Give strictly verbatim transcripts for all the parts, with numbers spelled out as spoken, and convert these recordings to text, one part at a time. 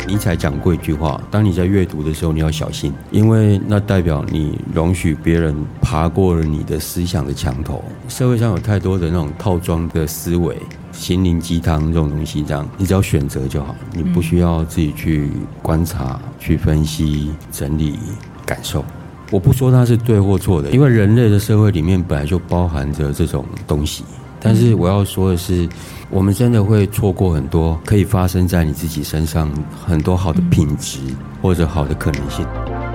尼采讲过一句话，当你在阅读的时候你要小心，因为那代表你容许别人爬过了你的思想的墙头。社会上有太多的那种套装的思维，心灵鸡汤这种东西，这样你只要选择就好，你不需要自己去观察、去分析、整理、感受。我不说它是对或错的，因为人类的社会里面本来就包含着这种东西。但是我要说的是，我们真的会错过很多可以发生在你自己身上很多好的品质或者好的可能性。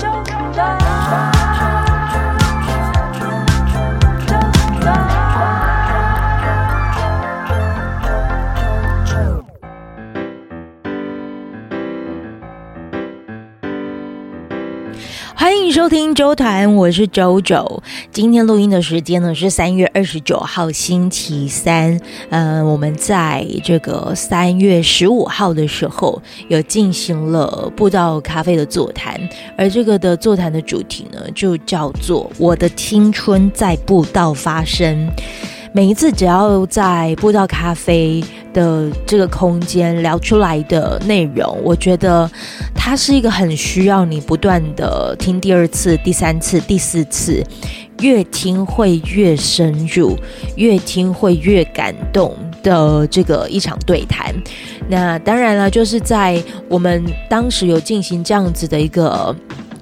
欢迎收听周团，我是周周。今天录音的时间呢是三月二十九号星期三。嗯，我们在这个三月十五号的时候有进行了步道咖啡的座谈，而这个的座谈的主题呢就叫做我的青春在步道发生。每一次只要在步道咖啡的这个空间聊出来的内容，我觉得它是一个很需要你不断的听第二次、第三次、第四次，越听会越深入，越听会越感动的这个一场对谈。那当然了，就是在我们当时有进行这样子的一个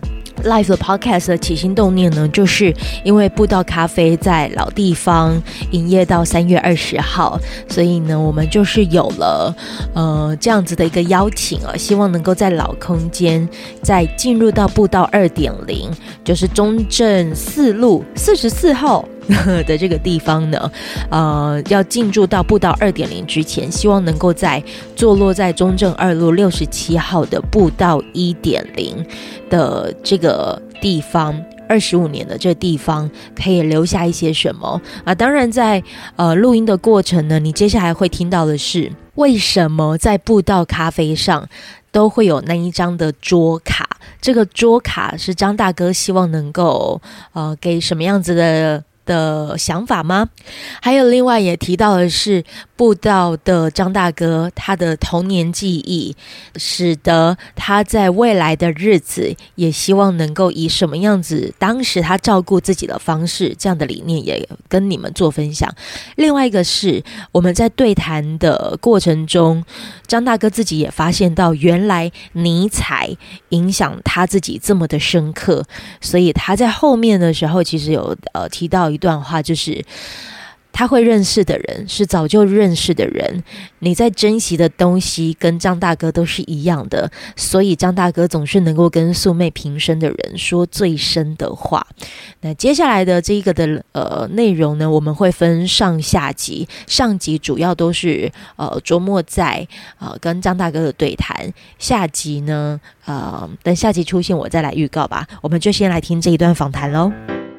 Live 的 Podcast 的起心动念呢，就是因为步道咖啡在老地方营业到三月二十号，所以呢，我们就是有了呃这样子的一个邀请啊，希望能够在老空间再进入到步道 二点零， 就是中正四路四十四号的这个地方呢，呃，要进驻到步道 二点零 之前，希望能够在坐落在中正二路六十七号的步道 一点零 的这个地方，二十五年的这个地方可以留下一些什么啊？当然在呃录音的过程呢，你接下来会听到的是为什么在步道咖啡上都会有那一张的桌卡，这个桌卡是张大哥希望能够呃给什么样子的的想法吗？还有另外也提到的是步道的张大哥他的童年记忆，使得他在未来的日子也希望能够以什么样子当时他照顾自己的方式，这样的理念也跟你们做分享。另外一个是我们在对谈的过程中，张大哥自己也发现到原来尼采影响他自己这么的深刻，所以他在后面的时候其实有呃提到一段话，就是他会认识的人是早就认识的人，你在珍惜的东西跟张大哥都是一样的，所以张大哥总是能够跟素昧平生的人说最深的话。那接下来的这一个的呃内容呢，我们会分上下集，上集主要都是呃琢磨在呃跟张大哥的对谈，下集呢呃等下集出现我再来预告吧。我们就先来听这一段访谈咯。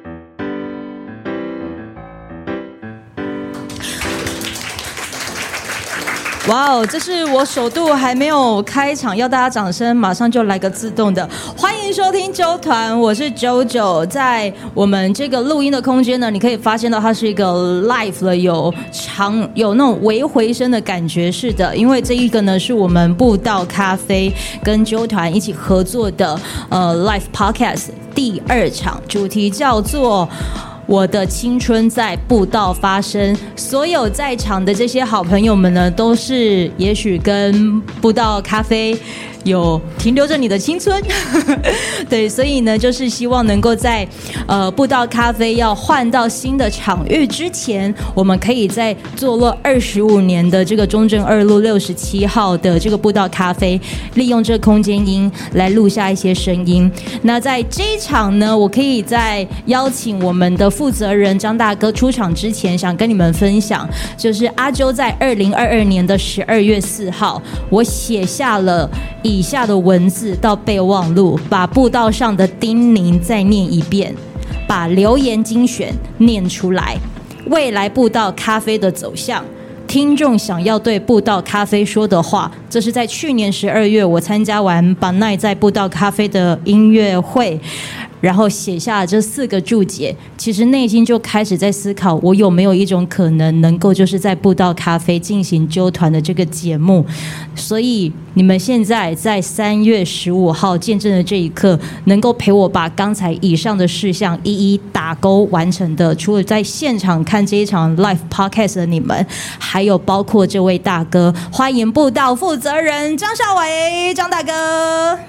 哇哦，这是我首度还没有开场，要大家掌声，马上就来个自动的。欢迎收听周团，我是九九。在我们这个录音的空间呢，你可以发现到它是一个 live 了，有长有那种微回声的感觉，是的，因为这一个呢是我们步道咖啡跟周团一起合作的呃 live podcast 第二场，主题叫做我的青春在步道发生。所有在场的这些好朋友们呢，都是也许跟步道咖啡有停留着你的青春对，所以呢就是希望能够在呃步道咖啡要换到新的场域之前，我们可以在坐落二十五年的这个中正二路六十七号的这个步道咖啡，利用这个空间音来录下一些声音。那在这一场呢，我可以在邀请我们的负责人张大哥出场之前，想跟你们分享，就是阿周在二零二二年的十二月四号，我写下了以下的文字到备忘录，把步道上的叮咛再念一遍，把留言精选念出来。未来步道咖啡的走向，听众想要对步道咖啡说的话，这是在去年十二月我参加完 Banai 在步道咖啡的音乐会， 然后写下这四个注解，其实内心就开始在思考，我有没有一种可能能够就是在布道咖啡进行纠团的这个节目。所以你们现在在三月十五号见证的这一刻，能够陪我把刚才以上的事项一一打勾完成的，除了在现场看这一场 live podcast 的你们，还有包括这位大哥，欢迎布道负责人张孝伟，张大哥。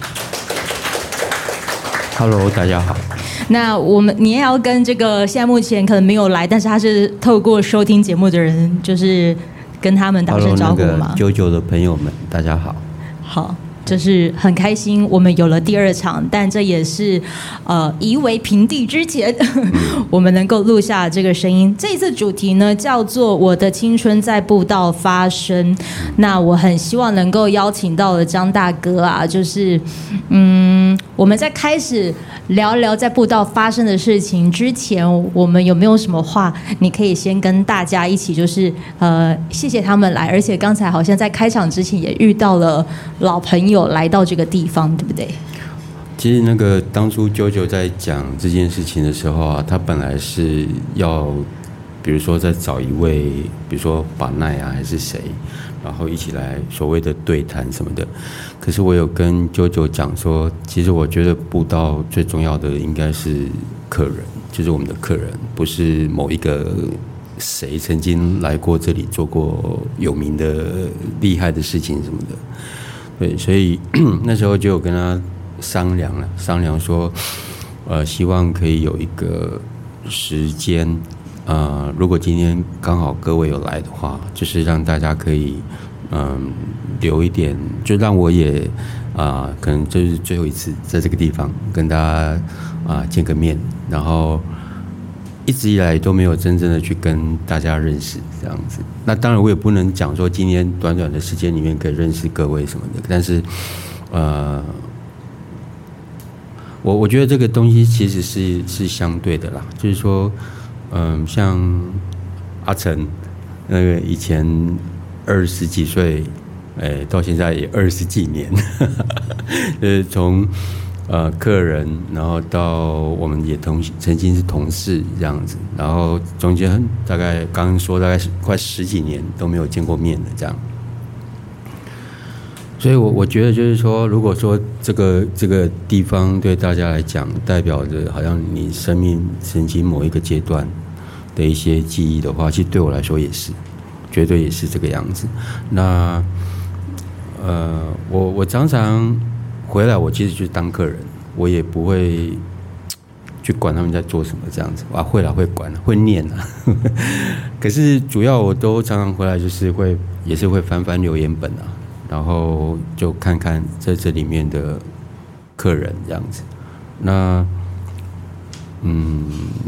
Hello， 大家好。 那我们你也要跟这个现在目前可能没有来，但是他是透过收听节目的人，就是跟他们打声招呼嘛。 Hello， 那个九九的朋友们，大家好。 好。就是很开心，我们有了第二场，但这也是呃夷为平地之前，我们能够录下这个声音。这一次主题呢叫做"我的青春在布道发生"。那我很希望能够邀请到了张大哥啊，就是嗯，我们在开始聊聊在布道发生的事情之前，我们有没有什么话，你可以先跟大家一起，就是呃谢谢他们来，而且刚才好像在开场之前也遇到了老朋友。有来到这个地方，对不对？ 其实那个当初啾啾在讲这件事情的时候啊，他本来是要，比如说再找一位，比如说把奈啊还是谁，然后一起来所谓的对谈什么的。可是我有跟啾啾讲说，其实我觉得布道最重要的应该是客人，就是我们的客人，不是某一个谁曾经来过这里做过有名的厉害的事情什么的。对，所以那时候就有跟他商量了，商量说，呃，希望可以有一个时间，呃，如果今天刚好各位有来的话，就是让大家可以，嗯、呃，留一点，就让我也啊、呃，可能这是最后一次在这个地方跟大家啊、呃、见个面，然后一直以来都没有真正的去跟大家认识这样子。那当然我也不能讲说今天短短的时间里面可以认识各位什么的，但是呃，我我觉得这个东西其实是是相对的啦，就是说，嗯、呃，像阿成那个以前二十几岁，哎，到现在也二十几年，就是从。呃，客人，然后到我们也同曾经是同事这样子，然后中间大概刚刚说大概是快十几年都没有见过面的这样，所以我我觉得就是说，如果说这个这个地方对大家来讲代表着好像你生命曾经某一个阶段的一些记忆的话，其实对我来说也是，绝对也是这个样子。那呃，我我常常。回来我其实就是当客人，我也不会去管他们在做什么这样子。啊，会啦，会管，会念啊。可是主要我都常常回来，就是会也是会翻翻留言本啊，然后就看看在这里面的客人这样子。那嗯，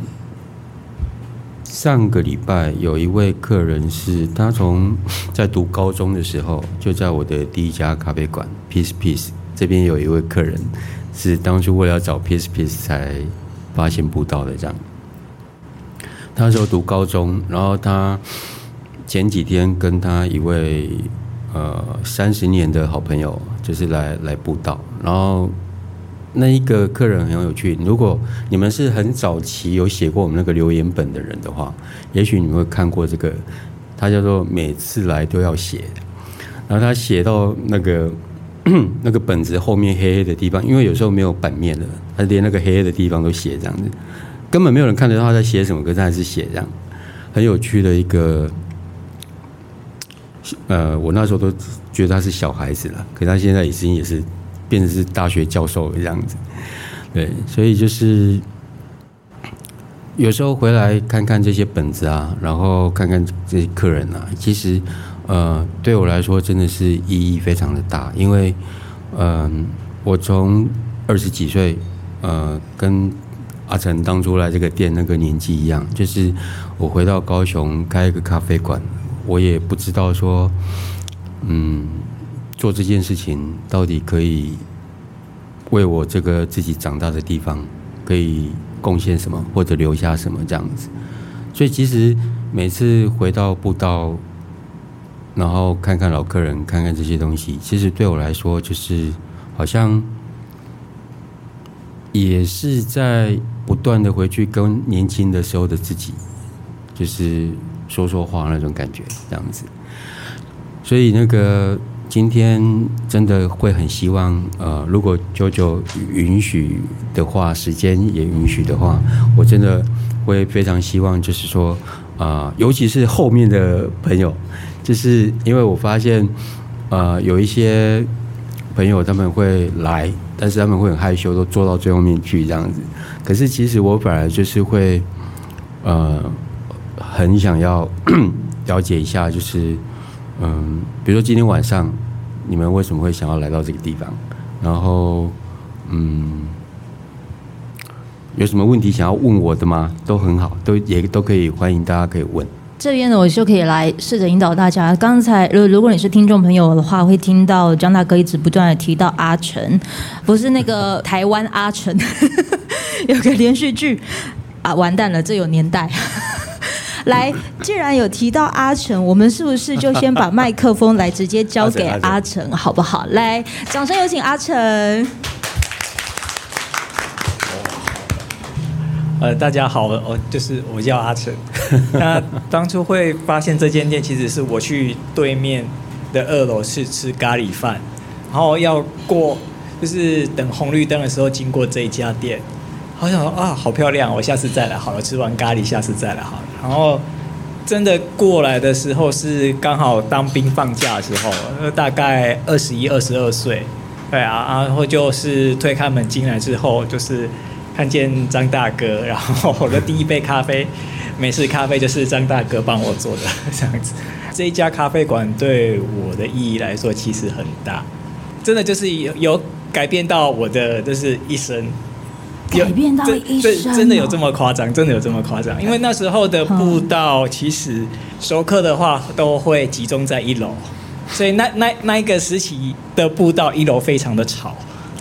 上个礼拜有一位客人是他从在读高中的时候，就在我的第一家咖啡馆 Peace Peace。这边有一位客人是当初为了要找 Peace Peace 才发现布道的这样。他那时候读高中，然后他前几天跟他一位呃三十年的好朋友，就是来来布道。然后那一个客人很有趣，如果你们是很早期有写过我们那个留言本的人的话，也许你们会看过这个，他叫做每次来都要写。然后他写到那个。那个本子后面黑黑的地方，因为有时候没有版面的，他连那个黑黑的地方都写这样子，根本没有人看得到他在写什么，可是他还是写这样，很有趣的一个。呃，我那时候都觉得他是小孩子了，可是他现在已经也是变成是大学教授这样子。对，所以就是有时候回来看看这些本子啊，然后看看这些客人啊，其实。呃，对我来说真的是意义非常的大，因为，嗯、呃，我从二十几岁，呃，跟阿成当初来这个店那个年纪一样，就是我回到高雄开一个咖啡馆，我也不知道说，嗯，做这件事情到底可以为我这个自己长大的地方可以贡献什么，或者留下什么这样子。所以其实每次回到布道。然后看看老客人，看看这些东西，其实对我来说就是好像也是在不断的回去跟年轻的时候的自己，就是说说话那种感觉，这样子。所以那个今天真的会很希望，呃，如果九九允许的话，时间也允许的话，我真的会非常希望，就是说，啊、呃，尤其是后面的朋友，就是因为我发现，呃，有一些朋友他们会来，但是他们会很害羞，都坐到最后面去这样子。可是其实我本来就是会，呃，很想要了解一下，就是嗯，比如说今天晚上你们为什么会想要来到这个地方，然后嗯，有什么问题想要问我的吗？都很好，都也都可以，欢迎大家可以问。 这边呢，我就可以来试着引导大家。刚才，如如果你是听众朋友的话，会听到张大哥一直不断的提到阿成，不是那个台湾阿成，有个连续剧啊，完蛋了，这有年代。来，既然有提到阿成，我们是不是就先把麦克风来直接交给阿成，好不好？来，掌声有请阿成。 呃，大家好，我就是我叫阿成。那当初会发现这间店，其实是我去对面的二楼是吃咖喱饭，然后要过就是等红绿灯的时候经过这一家店，好想说啊，好漂亮，我下次再来好了，吃完咖喱下次再来好了。然后真的过来的时候是刚好当兵放假的时候，大概二十一、二十二岁，对啊，然后就是推开门进来之后，就是看见张大哥，然后我的第一杯咖啡，美式咖啡就是张大哥帮我做的这样子。这一家咖啡馆对我的意义来说其实很大，真的就是有有改变到我的就是一生。 改变到一生、哦、 真的有这么夸张？真的有这么夸张？因为那时候的步道，其实熟客的话都会集中在一楼，所以那那那一个时期的步道一楼非常的吵。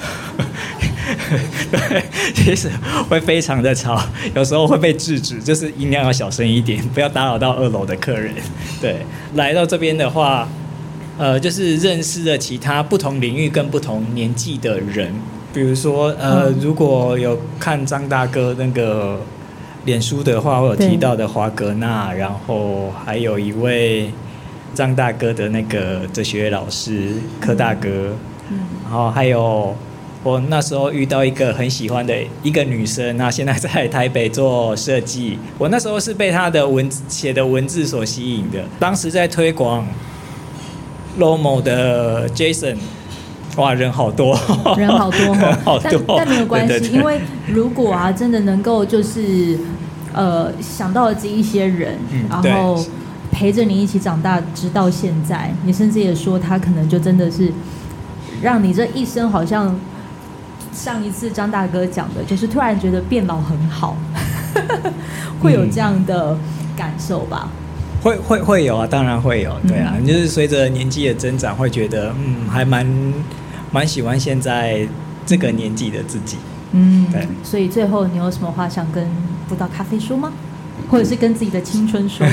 对，其实会非常的吵，有时候会被制止，就是音量要小声一点，不要打扰到二楼的客人。对，来到这边的话，呃，就是认识了其他不同领域跟不同年纪的人。比如说，呃，嗯、如果有看张大哥那个脸书的话，我有提到的华格纳，然后还有一位张大哥的那个哲学老师柯大哥，嗯，然后还有我那时候遇到一个很喜欢的一个女生，那现在在台北做设计，我那时候是被她的文字写的文字所吸引的。当时在推广 Lomo 的 Jason。哇，人好多， 人好多， 人好多， 但但没有关系， 对对对， 因为如果啊，真的能够就是呃想到了这一些人，嗯、然后陪着你一起长大，直到现在，你甚至也说他可能就真的是让你这一生好像上一次张大哥讲的，就是突然觉得变老很好，会有这样的感受吧？ 会会会有啊，当然会有，对啊，嗯、就是随着年纪的增长，会觉得嗯，还蛮蛮喜欢现在这个年纪的自己。嗯，对。所以最后你有什么话想跟步道咖啡说吗？或者是跟自己的青春说？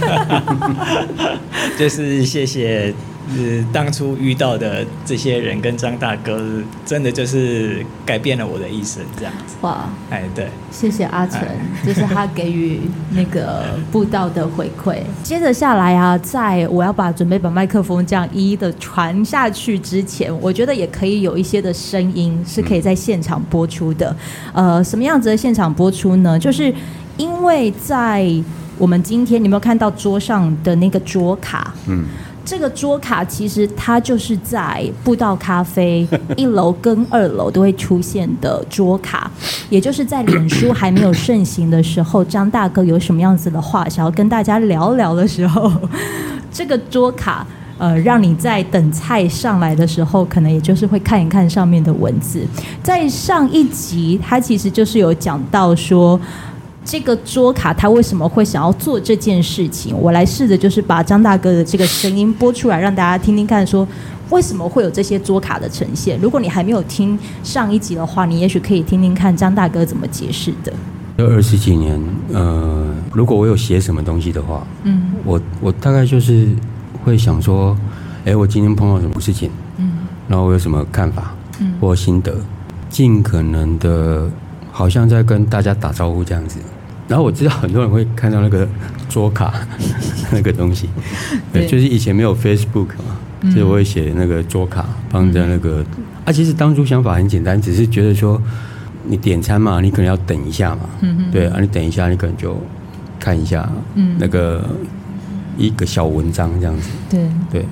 就是谢谢。呃，当初遇到的这些人跟张大哥，真的就是改变了我的一生，这样子。哇，哎，对， 谢谢阿成，这是他给予那个步道的回馈。接着下来啊，在我要把准备把麦克风这样一一的传下去之前，我觉得也可以有一些的声音是可以在现场播出的。呃，什么样子的现场播出呢？就是因为在我们今天，你有没有看到桌上的那个桌卡？嗯。这个桌卡其实它就是在步道咖啡一楼跟二楼都会出现的桌卡，也就是在脸书还没有盛行的时候，张大哥有什么样子的话想要跟大家聊聊的时候，这个桌卡呃，让你在等菜上来的时候，可能也就是会看一看上面的文字。在上一集，他其实就是有讲到说，这个桌卡他为什么会想要做这件事情？我来试着就是把张大哥的这个声音播出来，让大家听听看，说为什么会有这些桌卡的呈现。如果你还没有听上一集的话，你也许可以听听看张大哥怎么解释的。 这二十几年，呃，如果我有写什么东西的话，嗯，我我大概就是会想说，哎、欸，我今天碰到什么事情，嗯，然后我有什么看法，嗯，或心得。 尽可能的，好像在跟大家打招呼这样子。然后我知道很多人会看到那个桌卡那个东西，对，就是以前没有 Facebook 嘛，嗯、所以我会写那个桌卡放在那个。嗯、啊，其实当初想法很简单，只是觉得说，你点餐嘛，你可能要等一下嘛，嗯、对啊，你等一下，你可能就看一下那个一个小文章这样子， 对对。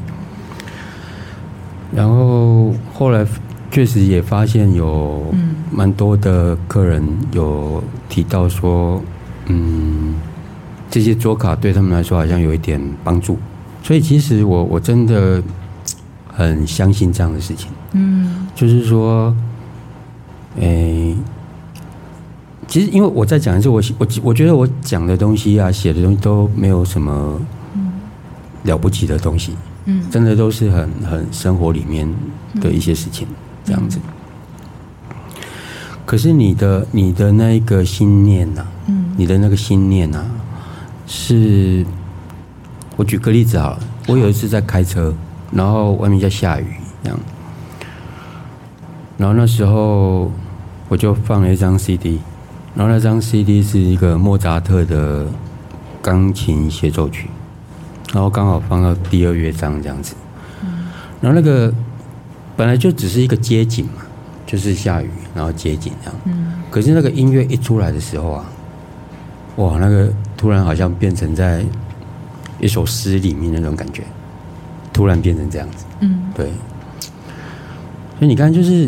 然后后来确实也发现有蛮多的客人有提到说。嗯，这些桌卡对他们来说好像有一点帮助，所以其实我我真的很相信这样的事情。嗯，就是说，诶，其实因为我在讲的是我我我觉得我讲的东西啊，写的东西都没有什么了不起的东西，嗯，真的都是很很生活里面的一些事情，这样子。可是你的你的那一个心念呐、啊，嗯，你的那个心念啊，是，我举个例子好了，我有一次在开车，然后外面在下雨，这样，然后那时候我就放了一张 C D， 然后那张 C D 是一个莫扎特的钢琴协奏曲，然后刚好放到第二乐章这样子，然后那个本来就只是一个街景嘛。就是下雨，然后街景这样。嗯。可是那个音乐一出来的时候啊，哇，那个突然好像变成在一首诗里面那种感觉，突然变成这样子。嗯。对。所以你看，就是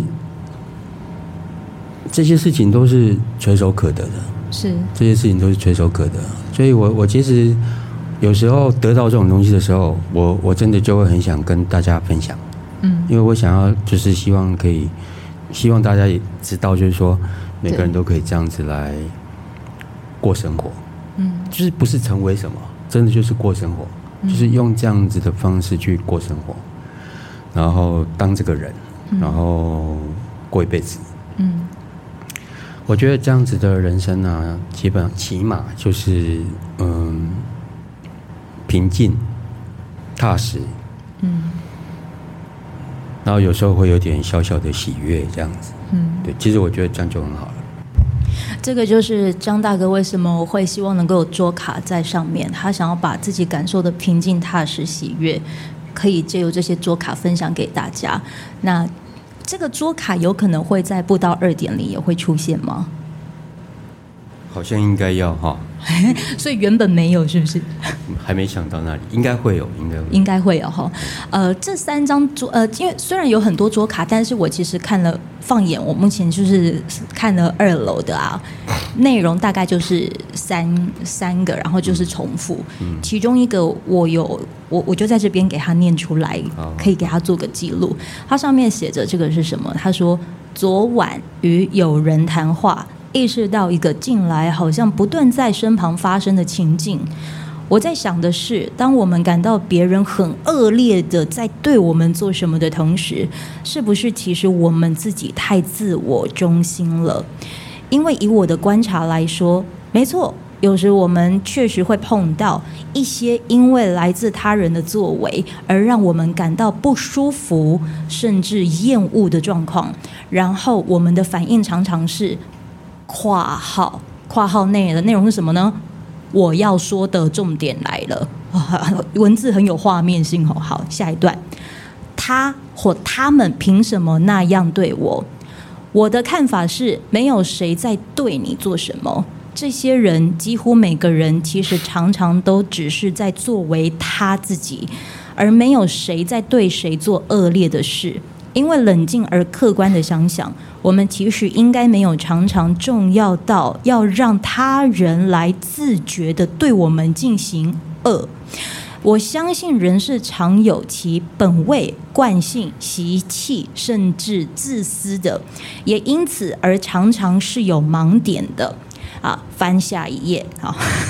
这些事情都是垂手可得的。 是。这些事情都是垂手可得，所以我我其实有时候得到这种东西的时候，我我真的就会很想跟大家分享。嗯。因为我想要就是希望可以。希望大家也知道，就是说每个人都可以这样子来过生活，嗯，就是不是成为什么，真的就是过生活，嗯、就是用这样子的方式去过生活，然后当这个人，嗯、然后过一辈子，嗯，我觉得这样子的人生啊，基本起码就是嗯平静、踏实，嗯。然后有时候会有点小小的喜悦，这样子，嗯，对，其实我觉得这样就很好了。 这个就是张大哥为什么我会希望能够有桌卡在上面，他想要把自己感受的平静、踏实、喜悦，可以借由这些桌卡分享给大家。那这个桌卡有可能会在布道二点零也会出现吗？ 好像应该要哈。 所以原本没有，是不是？ 还没想到那里，应该会有，应该会有应该会有哈。呃，这三张桌，呃，因为虽然有很多桌卡，但是我其实看了放眼，我目前就是看了二楼的啊，内容大概就是三三个，然后就是重复。嗯、其中一个我有，我我就在这边给他念出来，可以给他做个记录。它上面写着这个是什么？他说：昨晚与友人谈话。意识到一个近来好像不断在身旁发生的情境，我在想的是，当我们感到别人很恶劣的在对我们做什么的同时，是不是其实我们自己太自我中心了？因为以我的观察来说，没错，有时我们确实会碰到一些因为来自他人的作为而让我们感到不舒服甚至厌恶的状况，然后我们的反应常常是括号括号内的内容是什么呢？我要说的重点来了，文字很有画面性哦。好，下一段，他或他们凭什么那样对我？我的看法是，没有谁在对你做什么。这些人几乎每个人其实常常都只是在作为他自己，而没有谁在对谁做恶劣的事。因为冷静而客观的想想，我们其实应该没有常常重要到要让他人来自觉的对我们进行恶。我相信人是常有其本位、惯性、习气，甚至自私的，也因此而常常是有盲点的。啊，翻下一页啊。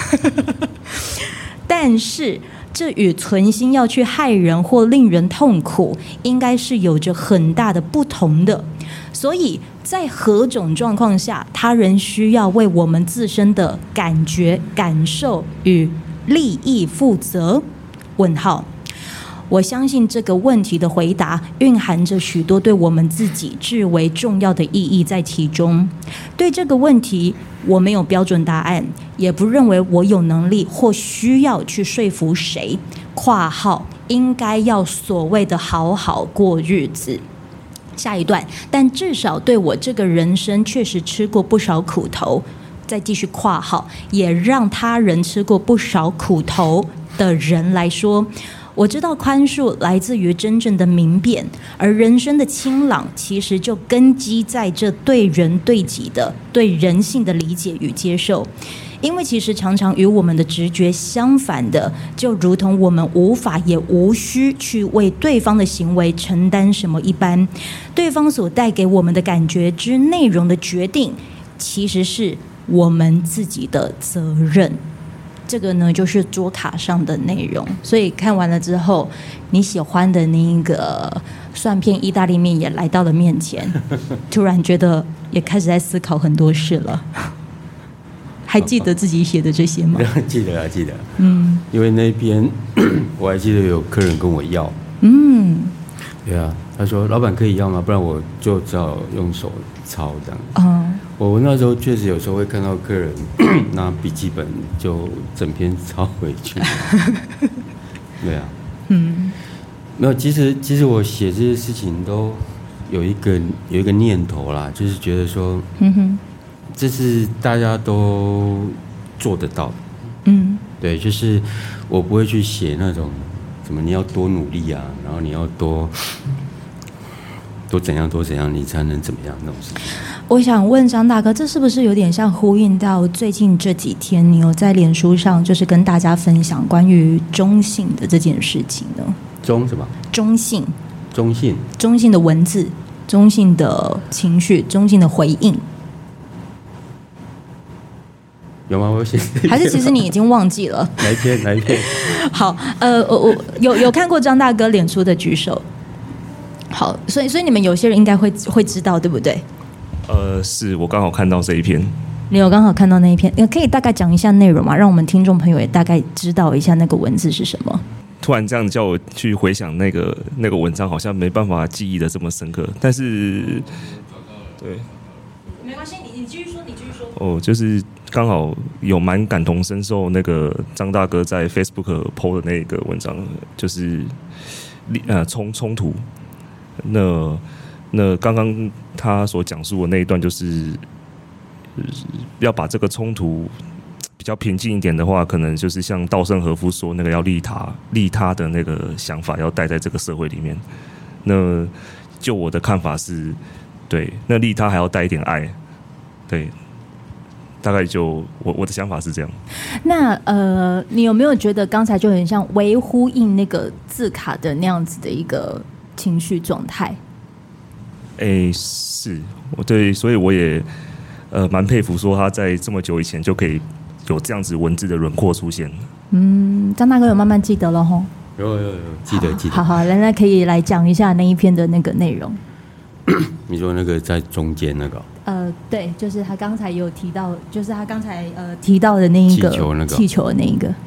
但是这与存心要去害人或令人痛苦，应该是有着很大的不同的。所以在何种状况下，他人需要为我们自身的感觉、感受与利益负责？问号。 我相信这个问题的回答蕴含着许多对我们自己至为重要的意义在其中。对这个问题，我没有标准答案，也不认为我有能力或需要去说服谁（括号应该要所谓的好好过日子）。下一段，但至少对我这个人生确实吃过不少苦头。再继续括号，也让他人吃过不少苦头的人来说，我知道宽恕来自于真正的明辨，而人生的清朗其实就根基在这对人对己的对人性的理解与接受。因为其实常常与我们的直觉相反的，就如同我们无法也无需去为对方的行为承担什么一般，对方所带给我们的感觉之内容的决定，其实是我们自己的责任。这个呢，就是桌卡上的内容。所以看完了之后，你喜欢的那个蒜片意大利面也来到了面前，突然觉得也开始在思考很多事了。还记得自己写的这些吗？ 记得啊，记得。嗯，因为那边我还记得有客人跟我要。 嗯， 对啊，他说老板可以要吗？不然我就只好用手抄这样。 嗯。 我那时候确实有时候会看到客人拿笔记本就整篇抄回去。对啊， 嗯， 没有，其实其实我写这些事情都有一个有一个念头啦，就是觉得说，嗯哼，这是大家都做得到的。嗯，对，就是我不会去写那种什么你要多努力啊，然后你要多多怎样多怎样你才能怎么样那种事情。 我想问张大哥，这是不是有点像呼应到最近这几天你有在脸书上就是跟大家分享关于中性的这件事情呢？ 中什么？ 中性。 中性。 中性的文字，中性的情绪，中性的回应。 有吗？我写还是其实你已经忘记了？ 哪一篇？哪一篇？ 好，呃，我我有有看过张大哥脸书的举手。好，所以所以你们有些人应该会会知道，对不对？ 呃，是我刚好看到这一篇。 你有刚好看到那一篇，可以大概讲一下内容吗？让我们听众朋友也大概知道一下那个文字是什么。 突然这样叫我去回想那个那个文章，好像没办法记忆的这么深刻。但是，对， 没关系，你你继续说，你继续说。 哦，就是刚好有蛮感同身受，那个张大哥在 Facebook po 的那个文章，就是呃冲冲突。那那刚刚他所讲述的那一段，就是要把这个冲突比较平静一点的话，可能就是像稻盛和夫说那个要利他利他的那个想法要带在这个社会里面。那就我的看法是，对，那利他还要带一点爱，对，大概就我我的想法是这样。 那呃，你有没有觉得刚才就很像微呼应那个字卡的那样子的一个情绪状态？ 哎，是我对，所以我也呃蛮佩服，说他在这么久以前就可以有这样子文字的轮廓出现。 嗯，张大哥有慢慢记得了吼。 有有有，记得记得。 好好，来来，可以来讲一下那一篇的那个内容。 你说那个在中间那个？ 呃，对，就是他刚才有提到，就是他刚才呃提到的那一个气球那个气球的那一个。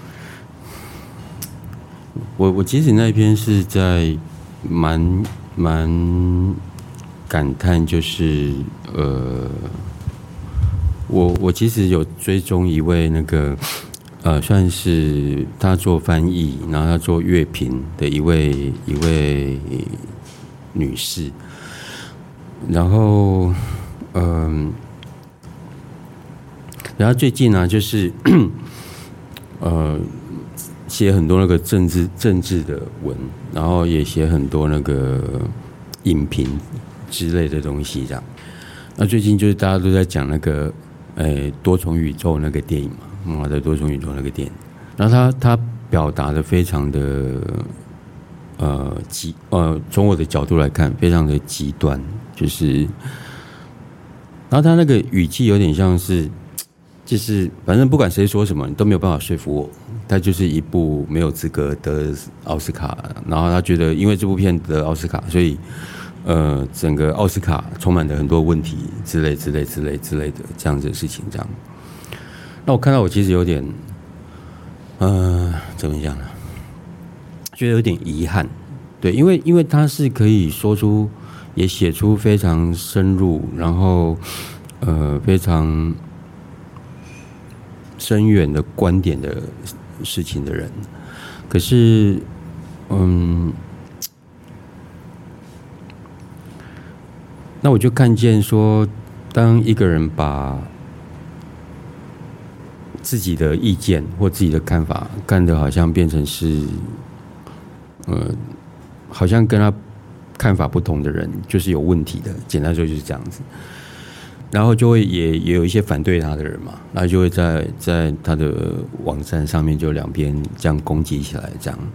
我我其实那一篇是在蛮蛮感叹，就是呃，我我其实有追踪一位那个呃，算是他做翻译，然后他做乐评的一位一位女士，然后嗯，然后最近呢、啊，就是呃。写很多那个政治政治的文，然后也写很多那个影评之类的东西，这样。那最近就是大家都在讲那个，呃，多重宇宙那个电影嘛，妈的多重宇宙那个电影。然后他他表达的非常的，呃极呃，从我的角度来看，非常的极端，就是，然后他那个语气有点像是。就是反正不管谁说什么，你都没有办法说服我。他就是一部没有资格得奥斯卡，然后他觉得因为这部片得奥斯卡，所以呃，整个奥斯卡充满了很多问题之类之类之类之类的这样子的事情。这样，那我看到我其实有点，呃，怎么讲呢？ 觉得有点遗憾，对，因为因为他是可以说出也写出非常深入，然后呃非常深远的观点的事情的人，可是嗯，那我就看见说，当一个人把自己的意见或自己的看法干得好像变成是，呃，好像跟他看法不同的人就是有问题的，简单说就是这样子。然后就会也也有一些反对他的人嘛，那就会在在他的网站上面就两边这样攻击起来，这样。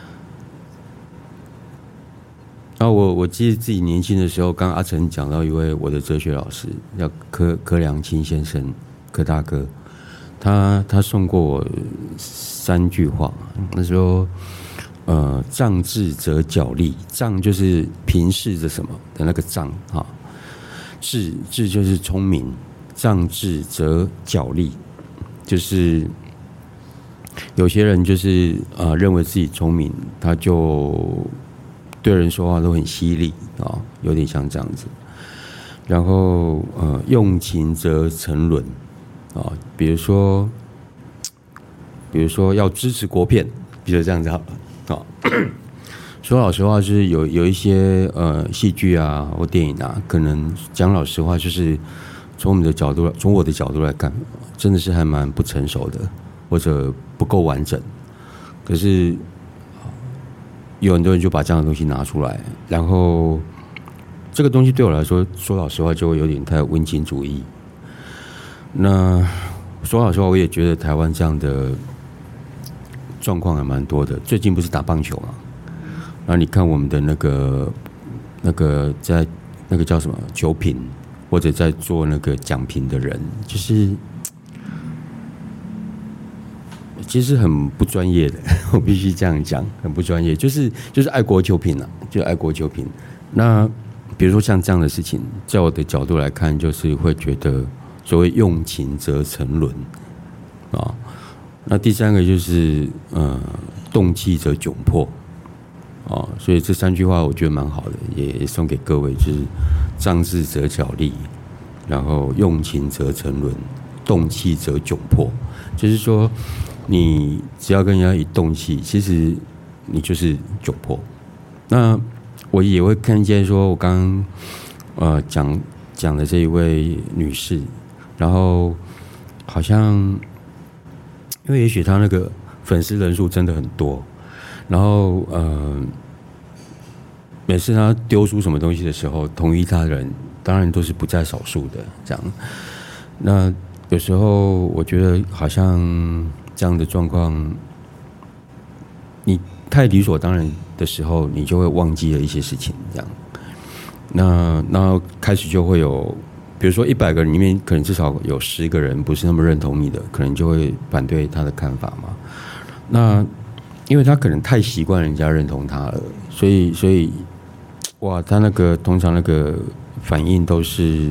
然后我我记得自己年轻的时候，刚刚阿成讲到一位我的哲学老师，叫柯柯良清先生，柯大哥。他他送过我三句话，他说：“呃，仗智则角力，仗就是平视着什么的那个仗啊，智智就是聪明，仗智则角力，就是有些人就是呃认为自己聪明，他就对人说话都很犀利啊，有点像这样子。然后呃，用情则沉沦。”啊，比如说，比如说要支持国片，比如这样子好了。啊，说老实话，就是有有一些呃戏剧啊或电影啊，可能讲老实话，就是从我们的角度，从我的角度来看，真的是还蛮不成熟的，或者不够完整。可是有很多人就把这样的东西拿出来，然后这个东西对我来说，说老实话，就会有点太温情主义。那说老实话，我也觉得台湾这样的状况还蛮多的。最近不是打棒球嘛？然后你看我们的那个那个在那个叫什么球评，或者在做那个讲评的人，就是其实很不专业的，我必须这样讲，很不专业。就是就是爱国球评啊，就爱国球评。那比如说像这样的事情，在我的角度来看，就是会觉得。所谓用情则沉沦啊，那第三个就是呃动气则窘迫啊，所以这三句话我觉得蛮好的，也送给各位，就是仗智则角力，然后用情则沉沦，动气则窘迫。就是说，你只要跟人家一动气，其实你就是窘迫。那我也会看见说，我刚刚呃讲讲的这一位女士。然后好像，因为也许他那个粉丝人数真的很多，然后呃，每次他丢出什么东西的时候，同意他的人当然都是不在少数的。这样，那有时候我觉得好像这样的状况，你太理所当然的时候，你就会忘记了一些事情。这样，那那开始就会有。比如说一百个人里面，可能至少有十个人不是那么认同你的，可能就会反对他的看法嘛。那因为他可能太习惯人家认同他了，所以所以哇，他那个通常那个反应都是，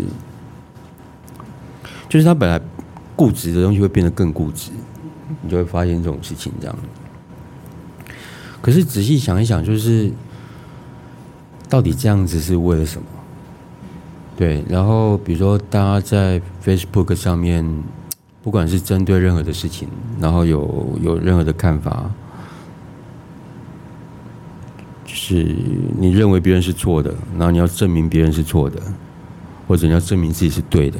就是他本来固执的东西会变得更固执，你就会发现这种事情这样。可是仔细想一想，就是到底这样子是为了什么？对，然后比如说大家在 Facebook 上面，不管是针对任何的事情，然后有有任何的看法，就是你认为别人是错的，然后你要证明别人是错的，或者你要证明自己是对的。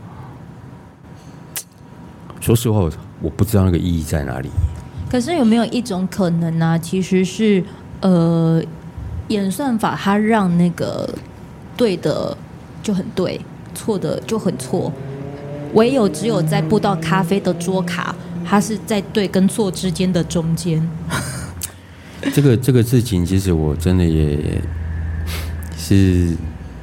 说实话，我我不知道那个意义在哪里。 可是有没有一种可能呢、啊？其实是呃，演算法它让那个对的。就很对，错的就很错。唯有只有在不倒咖啡的桌卡，它是在对跟错之间的中间。 这个这个事情，其实我真的也是，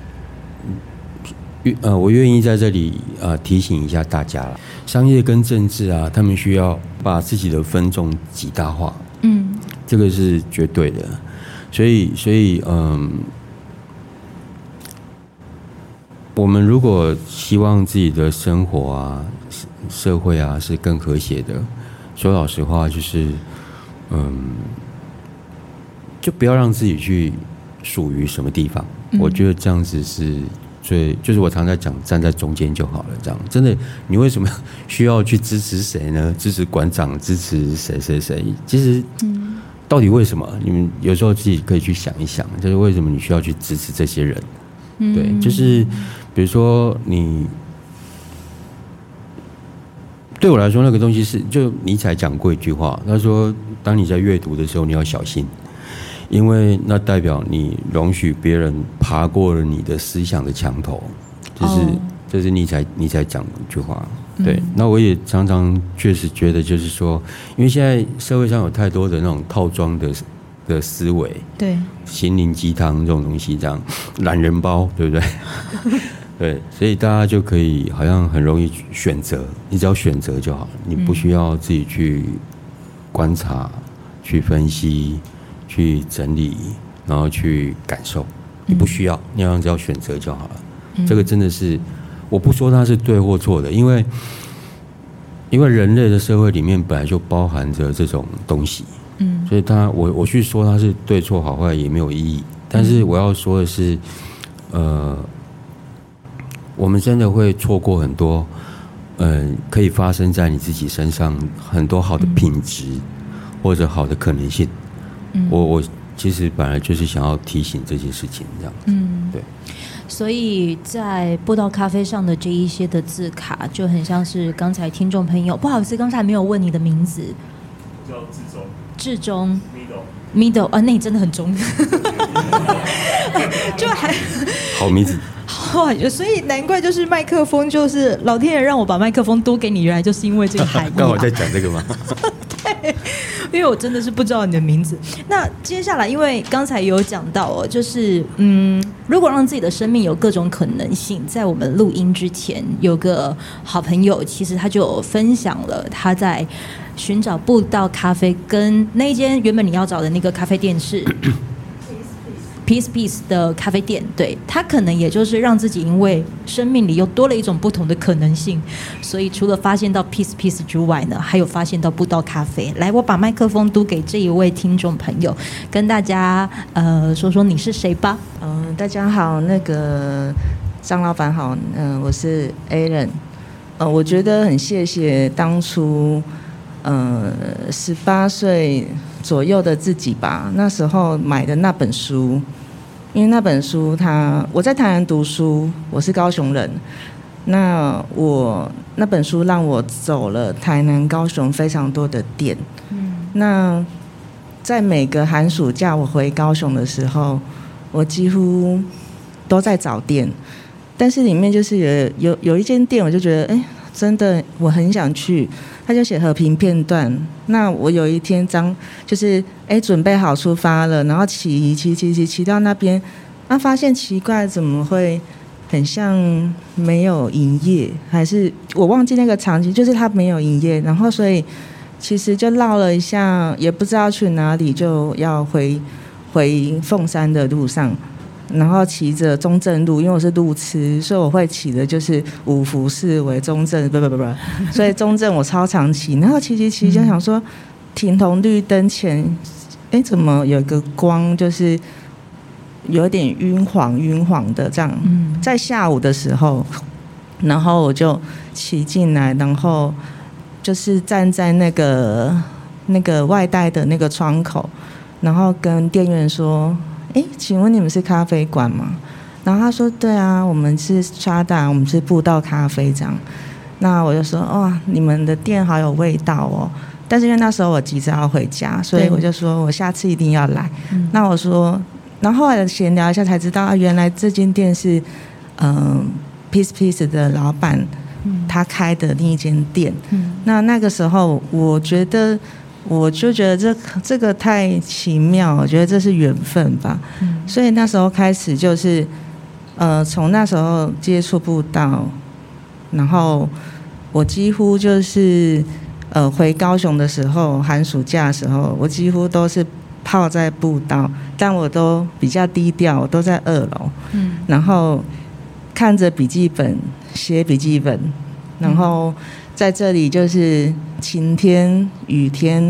呃，我愿意在这里呃提醒一下大家了。商业跟政治啊，他们需要把自己的分众极大化，嗯，这个是绝对的。所以，所以，嗯。我们如果希望自己的生活啊、社会啊是更和谐的，说老实话，就是，嗯， 就不要让自己去属于什么地方。嗯、我觉得这样子是最，就是我常在讲，站在中间就好了。这样真的，你为什么需要去支持谁呢？支持馆长，支持谁谁谁？其实，嗯，到底为什么？你们有时候自己可以去想一想，就是为什么你需要去支持这些人？嗯、对，就是比如说你。对我来说，那个东西是，就尼采讲过一句话，他说：“当你在阅读的时候，你要小心，因为那代表你容许别人爬过了你的思想的墙头。”就是，这、oh. 是尼采尼采讲的一句话。对，嗯、那我也常常确实觉得，就是说，因为现在社会上有太多的那种套装的的思维，对，心灵鸡汤这种东西，这样懒人包，对不对？对，所以大家就可以好像很容易选择，你只要选择就好，你不需要自己去观察、去分析、去整理，然后去感受，你不需要，你好像只要选择就好了。嗯、这个真的是，我不说它是对或错的，因为因为人类的社会里面本来就包含着这种东西，嗯，所以它我我去说它是对错好坏也没有意义。但是我要说的是，呃。我们真的会错过很多，嗯、呃，可以发生在你自己身上很多好的品质，嗯、或者好的可能性。嗯、我我其实本来就是想要提醒这件事情，这样子。嗯，对。 所以在布道咖啡上的这一些的字卡，就很像是刚才听众朋友，不好意思，刚才没有问你的名字。 我叫志忠。 志忠。Middle。Middle 啊，那你真的很中。就还好名字。 哇，所以难怪就是麦克风，就是老天爷让我把麦克风多给你，原来就是因为这个含义、啊。 刚好在讲这个吗？ 对，因为我真的是不知道你的名字。那接下来，因为刚才有讲到哦，就是嗯，如果让自己的生命有各种可能性，在我们录音之前，有个好朋友，其实他就有分享了他在寻找布道咖啡，跟那间原本你要找的那个咖啡店是。Peace Peace 的咖啡店，对，他可能也就是让自己因为生命里又多了一种不同的可能性，所以除了发现到 Peace Peace 之外呢，还有发现到布道咖啡。来，我把麦克风嘟给这一位听众朋友，跟大家呃说说你是谁吧。 嗯、呃，大家好，那个张老板好，嗯、呃，我是 Alan， 呃，我觉得很谢谢当初呃十八岁左右的自己吧，那时候买的那本书。因为那本书它，我在台南读书，我是高雄人。那我那本书让我走了台南、高雄非常多的店。嗯。那在每个寒暑假我回高雄的时候，我几乎都在找店，但是里面就是有有有一间店，我就觉得，哎，真的我很想去。他就写和平片段。那我有一天张就是哎准备好出发了，然后骑骑骑骑骑到那边，啊发现奇怪，怎么会很像没有营业？还是我忘记那个场景，就是他没有营业。然后所以其实就绕了一下，也不知道去哪里，就要回回凤山的路上。然后骑着中正路，因为我是路痴，所以我会骑的就是五福四维中正，不不不不，所以中正我超常骑。然后骑骑骑就想说，停红绿灯前，哎，怎么有个光，就是有点晕黄晕黄的这样。在下午的时候，然后我就骑进来，然后就是站在那个那个外带的那个窗口，然后跟店员说。哎，请问你们是咖啡馆吗？然后他说：对啊，我们是沙达，我们是布道咖啡这样。那我就说：哇，你们的店好有味道哦。但是因为那时候我急着要回家，所以我就说我下次一定要来。那我说，然后后来闲聊一下才知道，啊，原来这间店是嗯、呃、Peace Peace 的老板他开的另一间店。那那个时候我觉得。我就觉得这这个太奇妙，我觉得这是缘分吧。嗯、所以那时候开始就是，呃，从那时候接触布道，然后我几乎就是呃回高雄的时候，寒暑假的时候，我几乎都是泡在布道，但我都比较低调，我都在二楼，嗯、然后看着笔记本写笔记本，然后在这里就是晴天雨天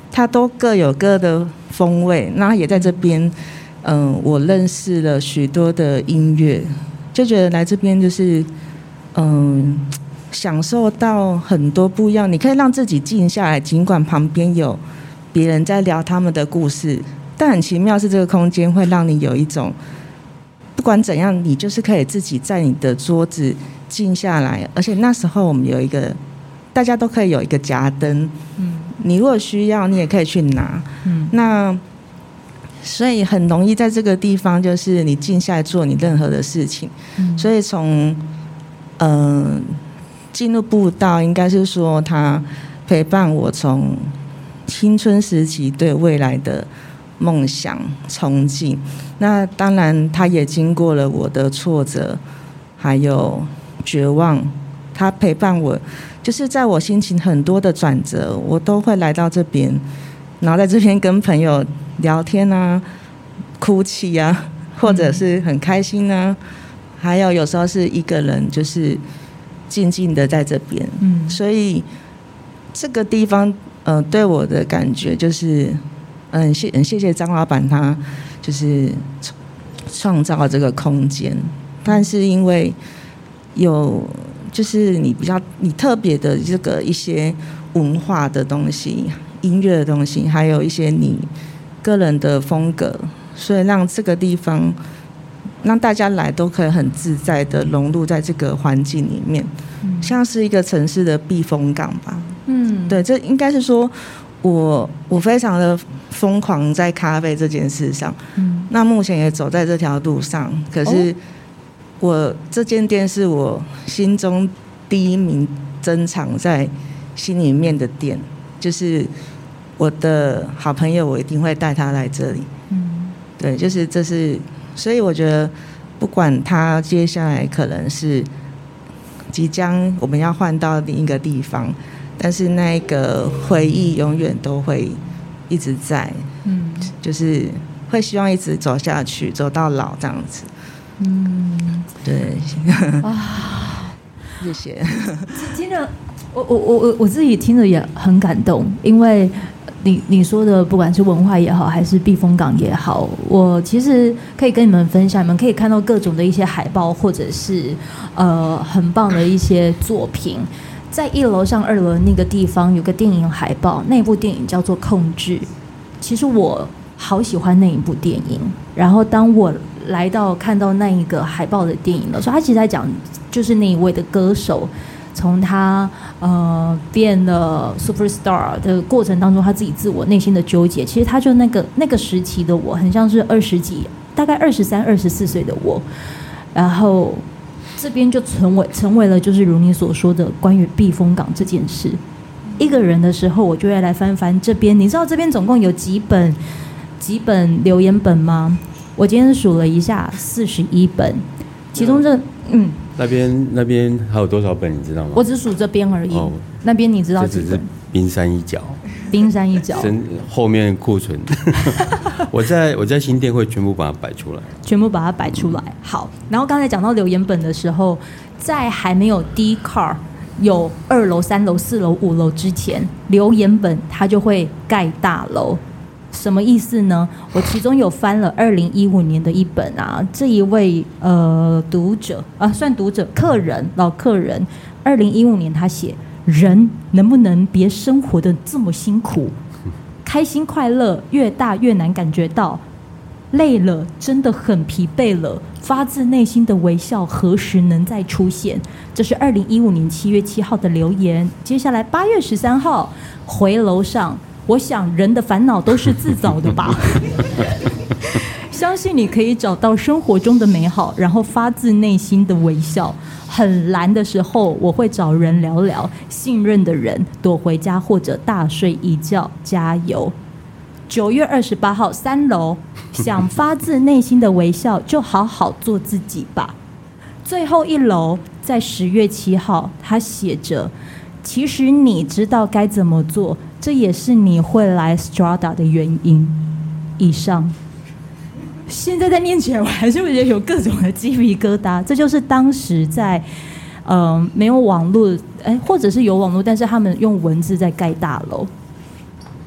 它都各有各的风味。那也在这边，嗯、呃，我认识了许多的音乐，就觉得来这边就是，嗯、呃，享受到很多不一样。你可以让自己静下来，尽管旁边有别人在聊他们的故事，但很奇妙是这个空间会让你有一种，不管怎样，你就是可以自己在你的桌子静下来。而且那时候我们有一个，大家都可以有一个夹灯，嗯，你如果需要，你也可以去拿，嗯，那所以很容易在这个地方，就是你静下来做你任何的事情，嗯，所以从嗯。呃进入步道，应该是说他陪伴我从青春时期对未来的梦想憧憬。那当然，他也经过了我的挫折，还有绝望。他陪伴我，就是在我心情很多的转折，我都会来到这边，然后在这边跟朋友聊天啊，哭泣啊，或者是很开心啊，还有有时候是一个人，就是静静的在这边，嗯，所以这个地方，呃，对我的感觉就是，嗯，谢，很谢谢张老板，他就是创造了这个空间，但是因为有，就是你比较你特别的这个一些文化的东西、音乐的东西，还有一些你个人的风格，所以让这个地方。让大家来都可以很自在的融入在这个环境里面，嗯，像是一个城市的避风港吧。嗯，对，这应该是说我我非常的疯狂在咖啡这件事上。嗯，那目前也走在这条路上，可是我这间店是我心中第一名珍藏在心里面的店，就是我的好朋友，我一定会带他来这里。嗯，对，就是这是。所以我觉得，不管他接下来可能是即将我们要换到另一个地方，但是那个回忆永远都会一直在，嗯，就是会希望一直走下去，走到老这样子。嗯，对。 啊， 谢谢。 听着，我我我我自己听着也很感动，因为。你你说的不管是文化也好，还是避风港也好，我其实可以跟你们分享，你们可以看到各种的一些海报，或者是呃很棒的一些作品。在一楼上二楼那个地方有个电影海报，那部电影叫做《控制》。其实我好喜欢那一部电影。然后当我来到看到那一个海报的电影的时候，他其实在讲就是那一位的歌手。从他呃变了 superstar 的过程当中，他自己自我内心的纠结，其实他就那个那个时期的我，很像是二十几，大概二十三、二十四岁的我，然后这边就成为成为了就是如你所说的关于避风港这件事。一个人的时候，我就会来翻翻这边，你知道这边总共有几本几本留言本吗？我今天数了一下，四十一本，其中这嗯。 那边那边还有多少本你知道吗？ 我只数这边而已。哦，那边你知道几本？这只是冰山一角。 冰山一角。 后面库存，我在我在新店会全部把它摆出来。 全部把它摆出来。好，然后刚才讲到留言本的时候，在还没有 Dcard 有二楼、三楼、四楼、五楼之前，留言本它就会盖大楼。什么意思呢？我其中有翻了二零一五年的一本啊，这一位呃读者啊，算读者客人老客人，二零一五年他写人能不能别生活得这么辛苦，开心快乐越大越难感觉到，累了真的很疲惫了，发自内心的微笑何时能再出现？这是二零一五年七月七号的留言。接下来八月十三号回楼上。我想人的烦恼都是自找的吧相信你可以找到生活中的美好，然后发自内心的微笑。很蓝的时候我会找人聊聊，信任的人躲回家或者大睡一觉，加油。九月二十八号三楼，想发自内心的微笑就好好做自己吧。最后一楼在十月七号他写着，其实你知道该怎么做，这也是你会来 Strada 的原因。以上，现在在念起来，我还是会觉得有各种的鸡皮疙瘩。这就是当时在呃没有网络，哎，或者是有网络，但是他们用文字在盖大楼。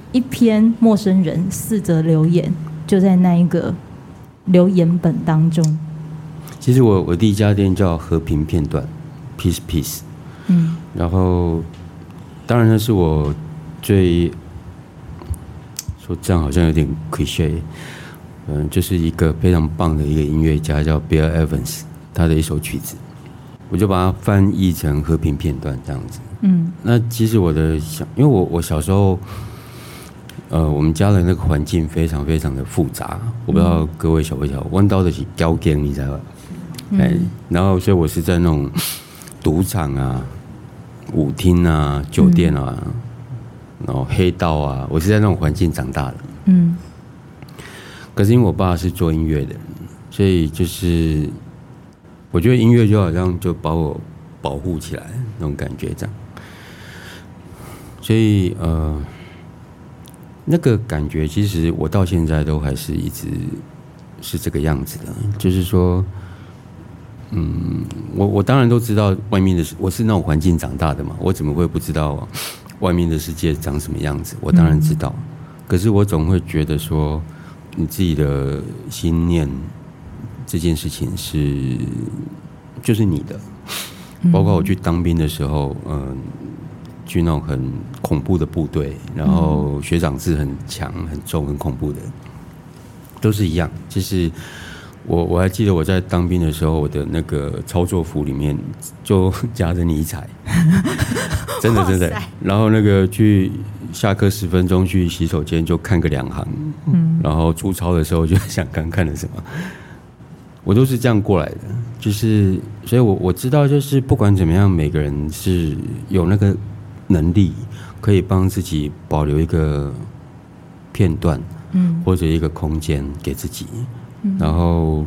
一篇陌生人四则留言，就在那一个留言本当中。 其实我我第一家店叫和平片段 ，Peace Peace， 嗯，然后当然那是我最说这样好像有点 cliché， 嗯，就是一个非常棒的一个音乐家叫 Bill Evans， 他的一首曲子，我就把它翻译成和平片段这样子。嗯，那其实我的小，因为我我小时候，呃，我们家的那个环境非常非常的复杂，我不知道各位晓不晓得，弯刀的是高gang，你知道吧？哎、嗯，然后所以我是在那种赌场啊、舞厅啊、酒店啊，嗯、然后黑道啊，我是在那种环境长大的。嗯，可是因为我爸是做音乐的人，所以就是我觉得音乐就好像就把我保护起来那种感觉这样，所以呃，那个感觉其实我到现在都还是一直是这个样子的，就是说。嗯，我我当然都知道外面的，我是那种环境长大的嘛，我怎么会不知道外面的世界长什么样子？我当然知道，嗯、可是我总会觉得说，你自己的心念这件事情是就是你的，包括我去当兵的时候，嗯、呃，去那种很恐怖的部队，然后学长制很强、很重、很恐怖的，都是一样，就是。我我还记得我在当兵的时候，我的那个操作服里面就夹着尼彩，真的真的。然后那个去下课十分钟去洗手间就看个两行，嗯，然后出操的时候就想看看了什么，我都是这样过来的。就是所以我，我我知道，就是不管怎么样，每个人是有那个能力可以帮自己保留一个片段，嗯，或者一个空间给自己。然后，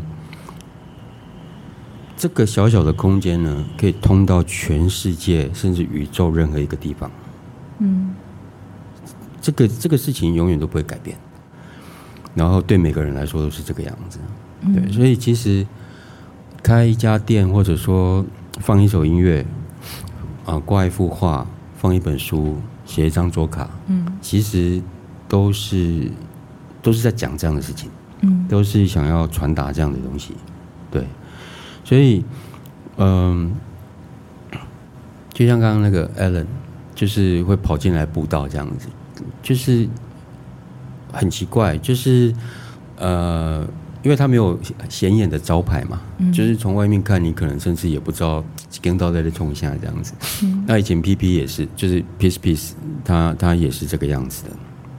这个小小的空间呢，可以通到全世界，甚至宇宙任何一个地方。嗯，这个这个事情永远都不会改变。然后对每个人来说都是这个样子。对，所以其实开一家店，或者说放一首音乐，啊，挂一幅画，放一本书，写一张桌卡，嗯，其实都是都是在讲这样的事情。嗯，都是想要传达这样的东西，对，所以，嗯，就像刚刚那个 Alan， 就是会跑进来布道这样子，就是很奇怪，就是呃，因为他没有显眼的招牌嘛，嗯、就是从外面看，你可能甚至也不知道跟到在这冲下这样子。嗯、那以前 P P 也是，就是 Peace Peace， 他他也是这个样子的。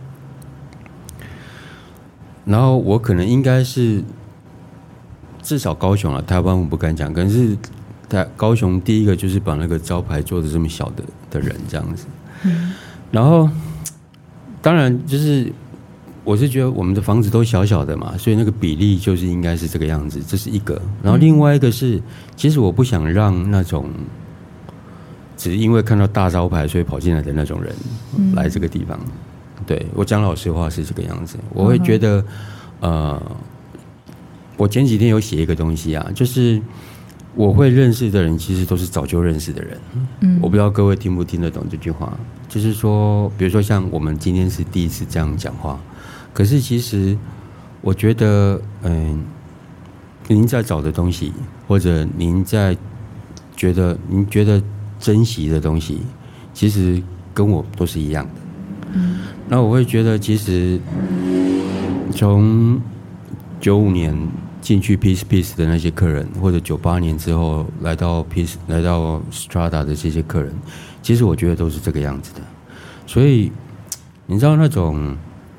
然后我可能应该是至少高雄了，台湾我不敢讲，可能是台高雄第一个就是把那个招牌做的这么小的的人这样子。嗯、然后当然就是我是觉得我们的房子都小小的嘛，所以那个比例就是应该是这个样子，这是一个。然后另外一个是，其实我不想让那种只是因为看到大招牌所以跑进来的那种人来这个地方。嗯对，我讲老实话是这个样子，我会觉得，呃，我前几天有写一个东西啊，就是我会认识的人，其实都是早就认识的人。嗯，我不知道各位听不听得懂这句话，就是说，比如说像我们今天是第一次这样讲话，可是其实我觉得，嗯、呃，您在找的东西，或者您在觉得您觉得珍惜的东西，其实跟我都是一样的。嗯。那我会觉得，其实从九五年进去 Peace Peace 的那些客人，或者九八年之后来到 Peace 来到 Strada 的这些客人，其实我觉得都是这个样子的。所以你知道那种，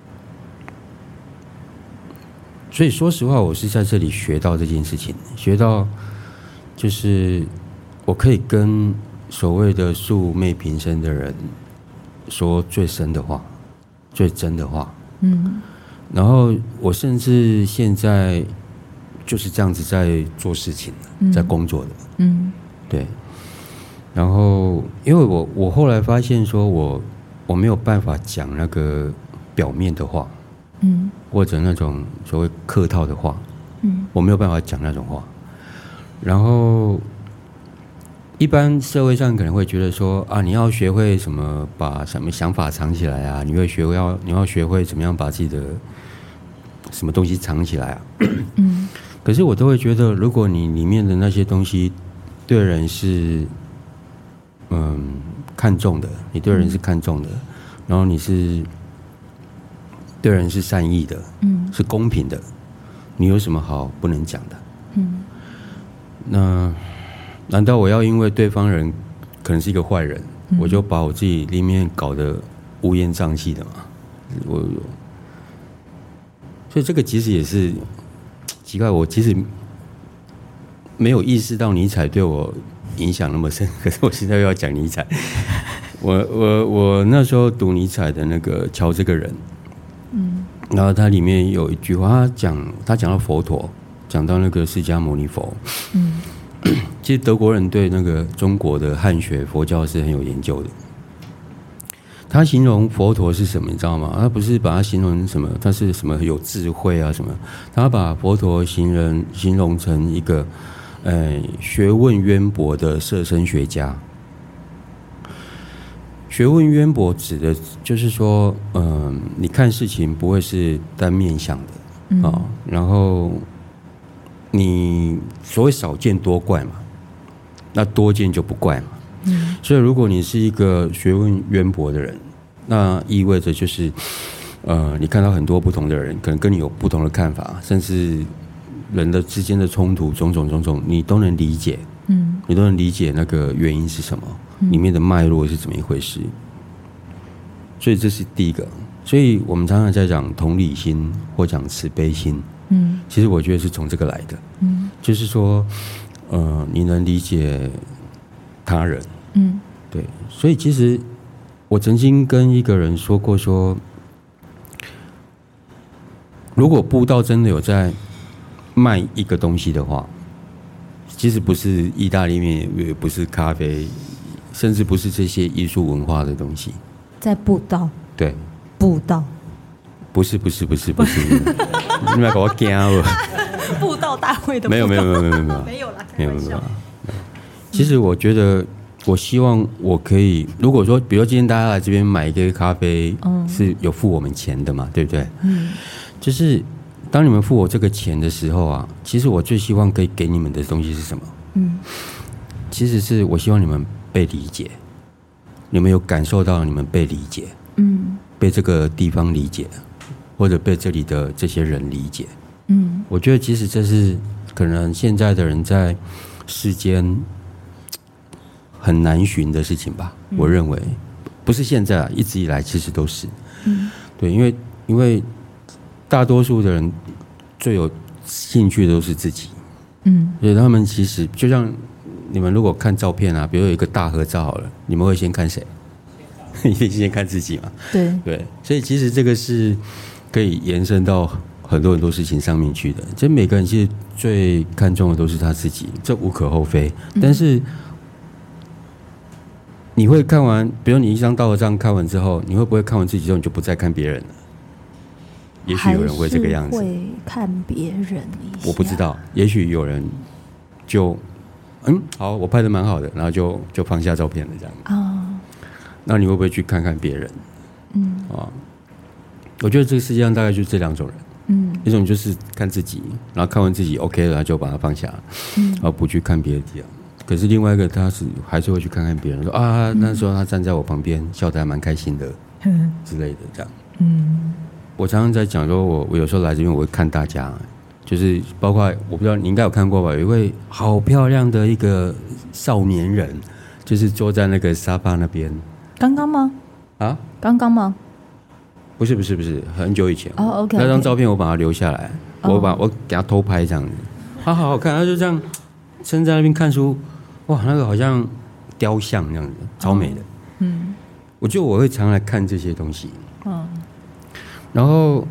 所以说实话，我是在这里学到这件事情，学到就是我可以跟所谓的素昧平生的人说最深的话。最真的话，嗯，然后我甚至现在就是这样子在做事情，嗯、在工作的，嗯，对。然后，因为我我后来发现说我我没有办法讲那个表面的话，嗯，或者那种所谓客套的话，嗯，我没有办法讲那种话。然后，一一般社会上可能会觉得说啊，你要学会什么把什么想法藏起来啊，你会学会要你要学会怎么样把自己的什么东西藏起来啊。嗯，可是我都会觉得，如果你里面的那些东西对人是嗯看重的，你对人是看重的，然后你是对人是善意的，嗯，是公平的，你有什么好不能讲的？嗯，那。难道我要因为对方人可能是一个坏人，嗯、我就把我自己里面搞得乌烟瘴气的嘛？我，所以这个其实也是奇怪。我其实没有意识到尼采对我影响那么深，可是我现在又要讲尼采。我我我那时候读尼采的那个《瞧这个人》，嗯，然后它里面有一句话，他讲他讲到佛陀，讲到那个释迦牟尼佛，嗯。其实德国人对那个中国的汉学佛教是很有研究的。他形容佛陀是什么，你知道吗？他不是把它形容什么，他是什么有智慧啊什么？他把佛陀形容形容成一个，呃，学问渊博的摄生学家。学问渊博指的就是说，嗯、呃，你看事情不会是单面向的啊、哦，然后。你所谓少见多怪嘛，那多见就不怪嘛。嗯，所以如果你是一个学问渊博的人，那意味着就是，呃，你看到很多不同的人，可能跟你有不同的看法，甚至人的之间的冲突，种种种种，你都能理解。嗯，你都能理解那个原因是什么，里面的脉络是怎么一回事。所以这是第一个。所以我们常常在讲同理心或讲慈悲心。嗯，其实我觉得是从这个来的，嗯，就是说，呃，你能理解他人，嗯，对，所以其实我曾经跟一个人说过说，如果布道真的有在卖一个东西的话，其实不是意大利面，也不是咖啡，甚至不是这些艺术文化的东西， 在布道， 对， 布道。 不是不是不是不是，你们给我惊了！ 布道大会的没有没有没有没有没有没有啦， 没有没有。其实我觉得，我希望我可以，如果说，比如今天大家来这边买一杯咖啡，嗯，是有付我们钱的嘛，对不对？嗯，就是当你们付我这个钱的时候啊，其实我最希望可以给你们的东西是什么？嗯，其实是我希望你们被理解，你们有感受到你们被理解，嗯，被这个地方理解。或者被这里的这些人理解，嗯，我觉得其实这是可能现在的人在世间很难寻的事情吧。嗯、我认为不是现在啊，一直以来其实都是，嗯，对，因为因为大多数的人最有兴趣的都是自己，嗯，所以他们其实就像你们如果看照片啊，比如有一个大合照好了，你们会先看谁？一定先看自己嘛， 对对，所以其实这个是。可以延伸到很多很多事情上面去的。其实每个人其实最看重的都是他自己，这无可厚非。但是你会看完，比如你一张大合照看完之后，你会不会看完自己之后你就不再看别人了？也许有人会这个样子。 会看别人一下， 我不知道。也许有人就嗯好，我拍的蛮好的，然后就就放下照片了这样。啊、哦，那你会不会去看看别人？嗯啊。我觉得这个世界上大概就是这两种人，嗯，一种就是看自己，然后看完自己 OK 了，就把它放下，嗯，然后不去看别的地方。可是另外一个他是还是会去看看别人，说啊，那时候他站在我旁边，笑得还蛮开心的，嗯之类的这样。嗯，我常常在讲说我，我我有时候来这边我会看大家，就是包括我不知道你应该有看过吧，有一位好漂亮的一个少年人，就是坐在那个沙发那边。 刚刚吗？ 啊？ 刚刚吗？ 不是不是不是，很久以前。 哦、oh, ，OK， 那张照片我把它留下来， oh. 我把我给他偷拍这样子，他好好看，他就这样撑在那边看书，哇，那个好像雕像那样子，超美的。嗯、oh. ，我觉得我会常来看这些东西。嗯、oh. ，然后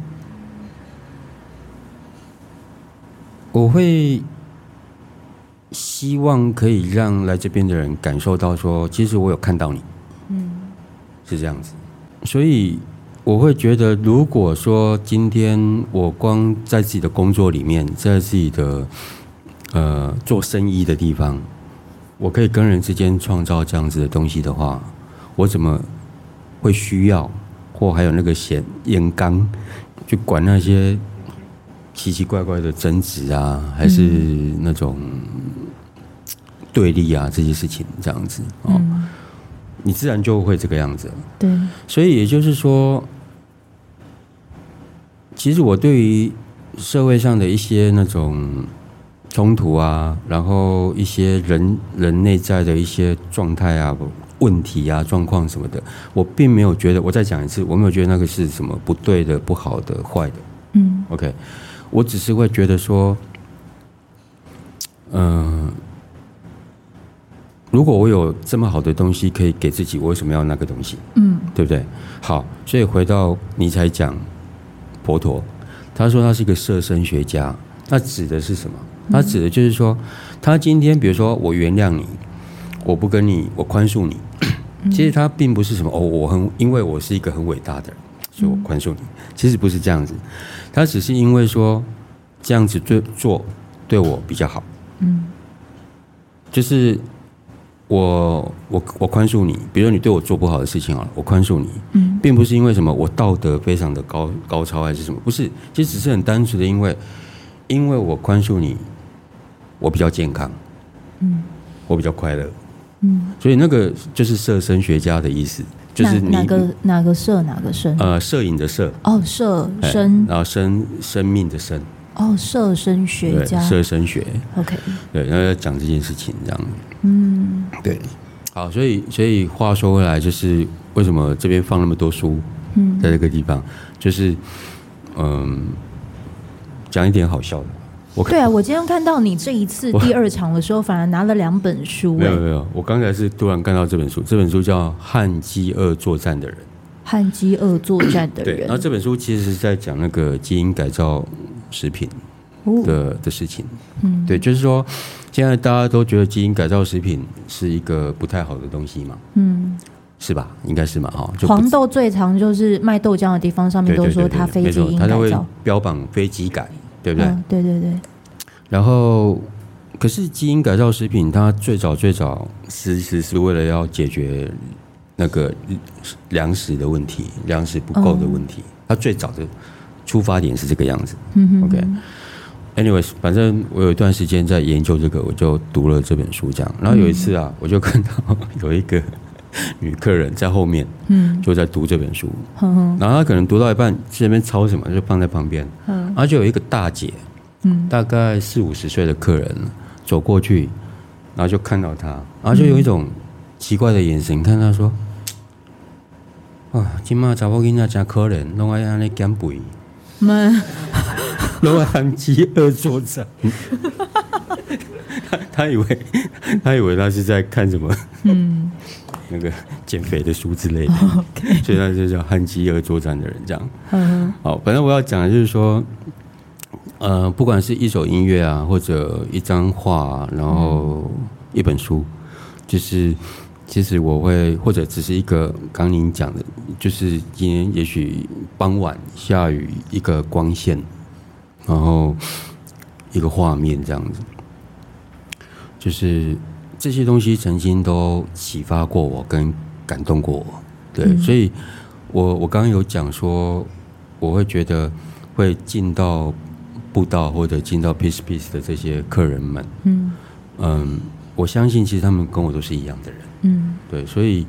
我会希望可以让来这边的人感受到说，其实我有看到你。嗯，是这样子，所以。我会觉得，如果说今天我光在自己的工作里面，在自己的呃做生意的地方， 我可以跟人之间创造这样子的东西的话，我怎么会需要或还有那个显眼刚去管那些奇奇怪怪的争执啊，还是那种对立啊这些事情这样子哦，嗯、你自然就会这个样子。 对， 所以也就是说，其实我对于社会上的一些那种冲突啊，然后一些人人内在的一些状态啊、问题啊、状况什么的，我并没有觉得。我再讲一次，我没有觉得那个是什么不对的、不好的、坏的。嗯 ，OK， 我只是会觉得说，嗯、呃，如果我有这么好的东西可以给自己，我为什么要那个东西？嗯，对不对？好，所以回到尼采讲佛陀，他说他是一个设身学家，那指的是什么？他指的就是说，他今天比如说我原谅你，我不跟你，我宽恕你，其实他并不是什么哦，我很因为我是一个很伟大的人，所以我宽恕你。其实不是这样子，他只是因为说这样子做做对我比较好。嗯，就是我我我宽恕你，比如说你对我做不好的事情好了，我宽恕你，嗯，并不是因为什么我道德非常的高高超还是什么，不是，其实只是很单纯的因为因为我宽恕你。我比较健康，嗯，我比较快乐，嗯，所以那个就是设身学家的意思，就是你哪个哪个摄哪个身？ 呃，摄影的摄， 哦，摄身， 然后生生命的生， 哦，设身学家， 设身学 ，OK， 对，然后要讲这件事情这样，嗯，对，好，所以所以话说回来，就是为什么这边放那么多书，嗯，在这个地方，就是嗯，讲一点好笑的。 对啊，我今天看到你这一次第二场的时候，反而拿了两本书。 没有没有，我刚才是突然看到这本书，这本书叫《和饥饿作战的人》。 和饥饿作战的人。 对，然后这本书其实是在讲那个基因改造食品的、哦、的事情。嗯，对，就是说现在大家都觉得基因改造食品是一个不太好的东西嘛。嗯。是吧？应该是嘛，哈。 黄豆最常就是卖豆浆的地方，上面都说它非基因改造， 它会标榜非基改。对不对、嗯？ 对对对。 然后，可是基因改造食品，它最早最早其实是为了要解决那个粮食的问题，粮食不够的问题。嗯、它最早的出发点是这个样子。嗯、OK。Anyways， 反正我有一段时间在研究这个，我就读了这本书，这样。然后有一次啊，我就看到有一个女客人在后面，嗯，就在读这本书，嗯，然后她可能读到一半，这边抄什么就放在旁边，嗯，然后就有一个大姐，嗯，大概四五十岁的客人走过去，然后就看到她，然后就有一种奇怪的眼神看她说，哇，今嘛查某囡仔真可怜，拢爱安尼减肥，嗯，拢爱和饥饿作战。他, 他以为他以为他是在看什么，嗯，那个减肥的书之类的， okay. 所以他就叫和饥饿作战的人这样。嗯、好，反正我要讲的就是说，呃，不管是一首音乐啊，或者一张画，然后一本书，就是其实我会，或者只是一个刚您讲的，就是今天也许傍晚下雨，一个光线，然后一个画面这样子。就是这些东西曾经都启发过我，跟感动过我，对，嗯、所以我我刚刚有讲说，我会觉得会进到布道或者进到 Peace Peace 的这些客人们，嗯嗯，我相信其实他们跟我都是一样的人，嗯，对，所以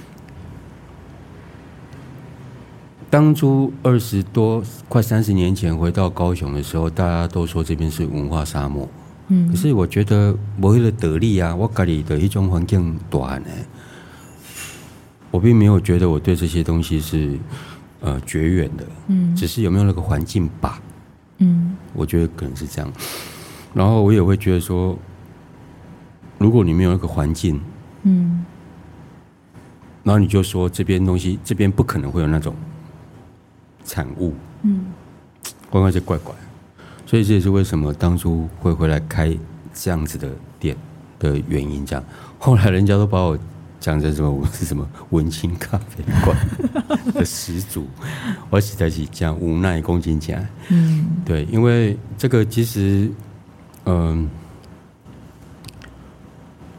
当初二十多快三十年前回到高雄的时候，大家都说这边是文化沙漠。嗯、可是我觉得没那个得力啊，我家里的一种环境大呢，我并没有觉得我对这些东西是呃绝缘的，嗯，只是有没有那个环境吧，嗯，我觉得可能是这样。然后我也会觉得说，如果你没有那个环境，嗯，然后你就说这边东西这边不可能会有那种产物，嗯，怪怪就怪怪。所以这也是为什么当初会回来开这样子的店的原因。这样，后来人家都把我讲成什么我是什么文青咖啡馆的始祖，我实在是这样无奈恭敬起来。嗯，对，因为这个其实，嗯、呃，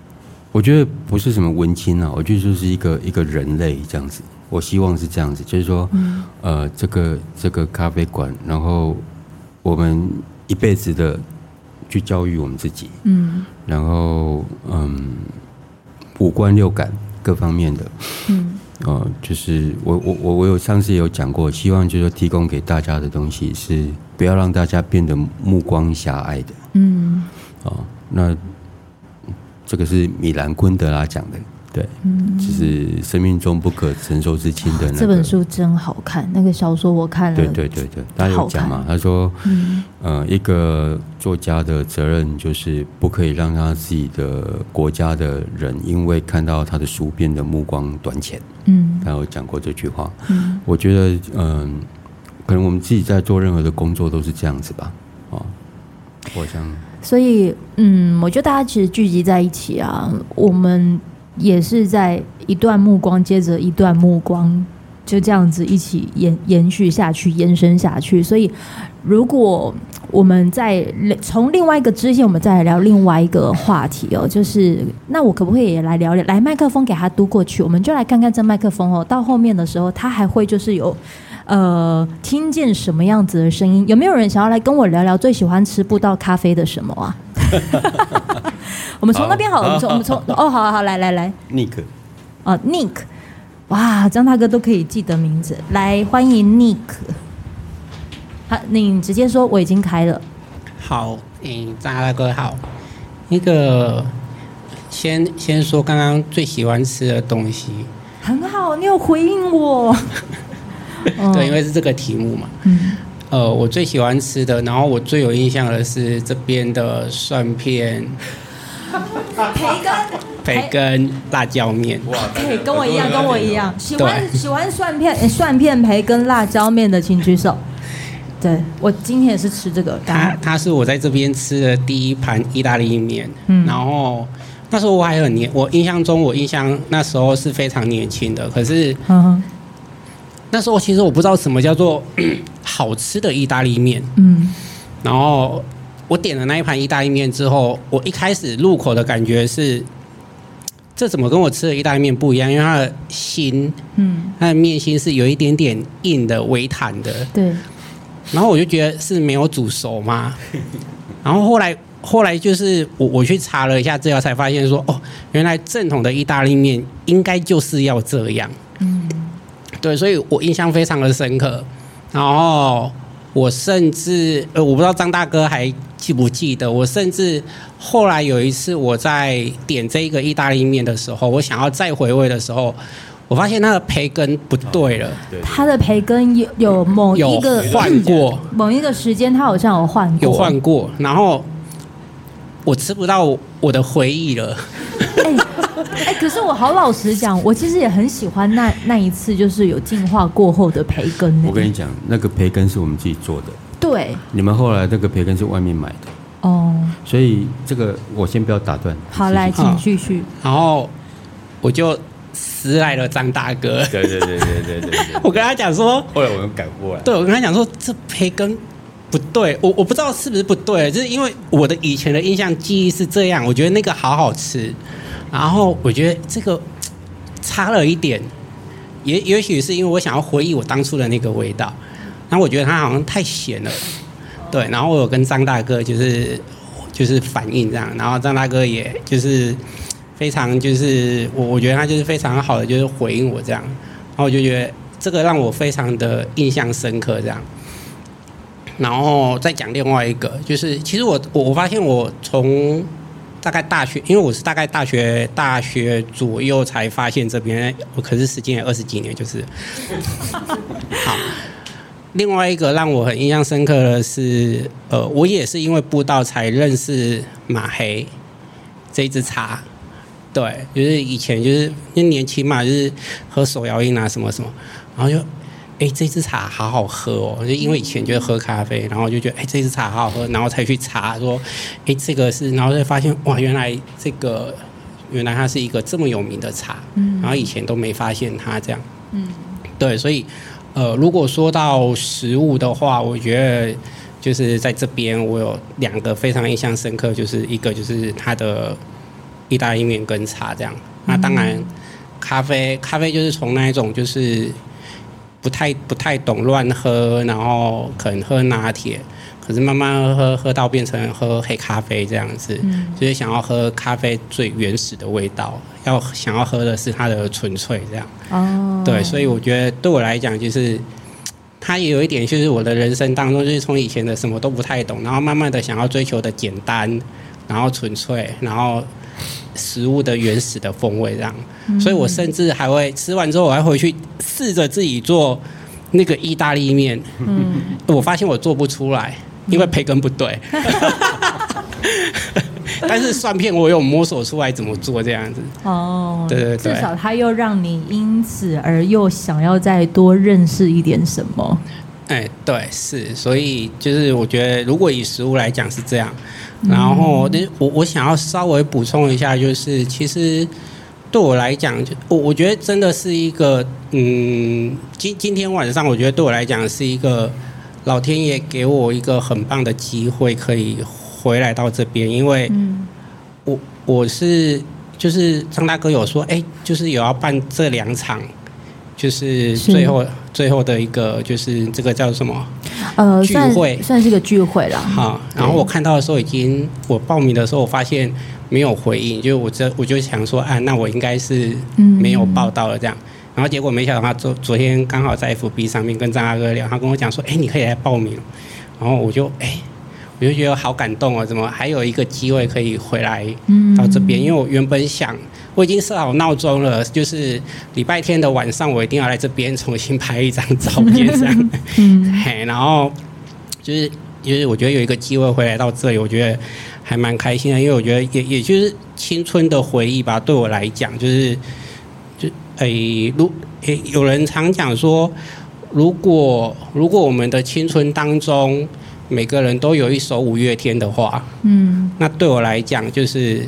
我觉得不是什么文青啊，我觉得就是一个一个人类这样子。我希望是这样子，就是说，嗯、呃，这个这个咖啡馆，然后我们一辈子的去教育我们自己，嗯，然后嗯，五官六感各方面的，嗯，呃，就是我我我我有上次也有讲过，希望就是说提供给大家的东西是不要让大家变得目光狭隘的，嗯，哦，那这个是米兰昆德拉讲的。对，嗯，就是生命中不可承受之轻的那个。 这本书真好看，那个小说我看了。 对对对对，他有讲嘛，他说，嗯，呃，一个作家的责任就是不可以让他自己的国家的人因为看到他的书变得目光短浅。嗯，他有讲过这句话。嗯，我觉得，嗯、呃，可能我们自己在做任何的工作都是这样子吧，哦，我想。 所以，嗯，我觉得大家其实聚集在一起啊，我们。也是在一段目光接着一段目光，就这样子一起延延续下去，延伸下去。所以，如果我们再从另外一个支线，我们再来聊另外一个话题哦，就是那我可不可以也来聊聊？来，麦克风给他嘟过去，我们就来看看这麦克风哦。到后面的时候，他还会就是有呃听见什么样子的声音？有没有人想要来跟我聊聊最喜欢吃布道咖啡的什么啊？我们从那边好了，我们从我们从哦，好好好，来来来 ，Nick， 哦 ，Nick， 哇，张大哥都可以记得名字，来欢迎 Nick。好，你直接说我已经开了。 好，嗯，张大哥好。那个，先先说刚刚最喜欢吃的东西。 很好，你有回应我。 对，因为是这个题目嘛。嗯。呃，我最喜欢吃的，然后我最有印象的是这边的蒜片。 培根， 培根辣椒面， 哇，可以跟我一样，跟我一样，喜欢喜欢蒜片、欸、蒜片培根辣椒面的请举手。对，我今天也是吃这个。 它它是我在这边吃的第一盘意大利面，嗯，然后那时候我还很年，我印象中我印象那时候是非常年轻的，可是，嗯，那时候其实我不知道什么叫做好吃的意大利面，嗯，然后。我点了那一盘意大利面之后，我一开始入口的感觉是，这怎么跟我吃的意大利面不一样？因为它的心，嗯，它的面心是有一点点硬的、微弹的。 对。 然后我就觉得是没有煮熟嘛。然后后来，后来就是我我去查了一下资料，才发现说，哦，原来正统的意大利面应该就是要这样。嗯。对，所以我印象非常的深刻。然后我甚至，呃，我不知道张大哥还记不记得，我甚至后来有一次我在点这个意大利面的时候，我想要再回味的时候，我发现它的培根不对了。 它的培根有有某一个换过， 某一个时间它好像有换过， 有换过，然后我吃不到我的回忆了。 哎哎，可是我好老实讲，我其实也很喜欢那那一次，就是有进化过后的培根。 我跟你讲，那个培根是我们自己做的。 对， 你们后来那个培根是外面买的哦，所以这个我先不要打断。 好，来，请继续。 然后我就私来了张大哥。 对对对对对对对。 我跟他讲说， 后来我们改过来。 对，我跟他讲说，这培根不对，我我不知道是不是不对，就是因为我的以前的印象记忆是这样，我觉得那个好好吃，然后我觉得这个差了一点，也也许是因为我想要回忆我当初的那个味道。然后我觉得它好像太咸了，对。然后我有跟张大哥就是就是反映这样，然后张大哥也就是非常就是我我觉得他就是非常好的就是回应我这样，然后我就觉得这个让我非常的印象深刻这样。然后再讲另外一个，就是其实我我我发现我从大概大学，因为我是大概大学大学左右才发现这边，我可是时间也二十几年，就是好。另外一个让我很印象深刻的是，呃，我也是因为布道才认识马黑这一支茶，对，就是以前就是因为年轻嘛，就是喝手摇饮啊什么什么，然后就，哎，这支茶好好喝哦，就因为以前就是喝咖啡，然后就觉得，哎，这支茶好好喝，然后才去查说，哎，这个是，然后就发现哇，原来这个原来它是一个这么有名的茶，嗯，然后以前都没发现它这样，嗯，对，所以。呃，如果说到食物的话，我觉得就是在这边我有两个非常印象深刻，就是一个就是它的意大利面跟茶这样。那当然，咖啡咖啡就是从那一种就是不太不太懂乱喝，然后可能喝拿铁，可是慢慢喝喝到变成喝黑咖啡这样子，嗯、就是想要喝咖啡最原始的味道，要想要喝的是它的纯粹这样。哦，对，所以我觉得对我来讲，就是它也有一点，就是我的人生当中，就是从以前的什么都不太懂，然后慢慢的想要追求的简单，然后纯粹，然后食物的原始的风味这样。嗯、所以我甚至还会吃完之后，我还回去试着自己做那个意大利面。嗯，我发现我做不出来。因为培根不对，但是蒜片我有摸索出来怎么做这样子。哦，对对对， 至少它又让你因此而又想要再多认识一点什么。 哎，对，是，所以就是我觉得，如果以食物来讲是这样，然后我我想要稍微补充一下，就是其实对我来讲，我我觉得真的是一个，嗯，今今天晚上我觉得对我来讲是一个。老天爷给我一个很棒的机会，可以回来到这边，因为我我是就是张大哥有说，哎，就是有要办这两场，就是最后最后的一个就是这个叫什么呃聚会， 算, 算是个聚会啦。 好，然后我看到的时候已经我报名的时候，我发现没有回应，就我这我就想说，啊，那我应该是没有报到了这样。嗯，然后结果没想到他昨昨天刚好在 F B 上面跟张大哥聊，他跟我讲说，哎，你可以来报名。然后我就哎，我就觉得好感动哦，怎么还有一个机会可以回来到这边？嗯、因为我原本想，我已经设好闹钟了，就是礼拜天的晚上我一定要来这边重新拍一张照片这样。嗯，嘿，然后就是就是我觉得有一个机会回来到这里，我觉得还蛮开心的，因为我觉得也也就是青春的回忆吧，对我来讲就是。诶，如诶，有人常讲说，如果如果我们的青春当中每个人都有一首五月天的话，嗯，那对我来讲就是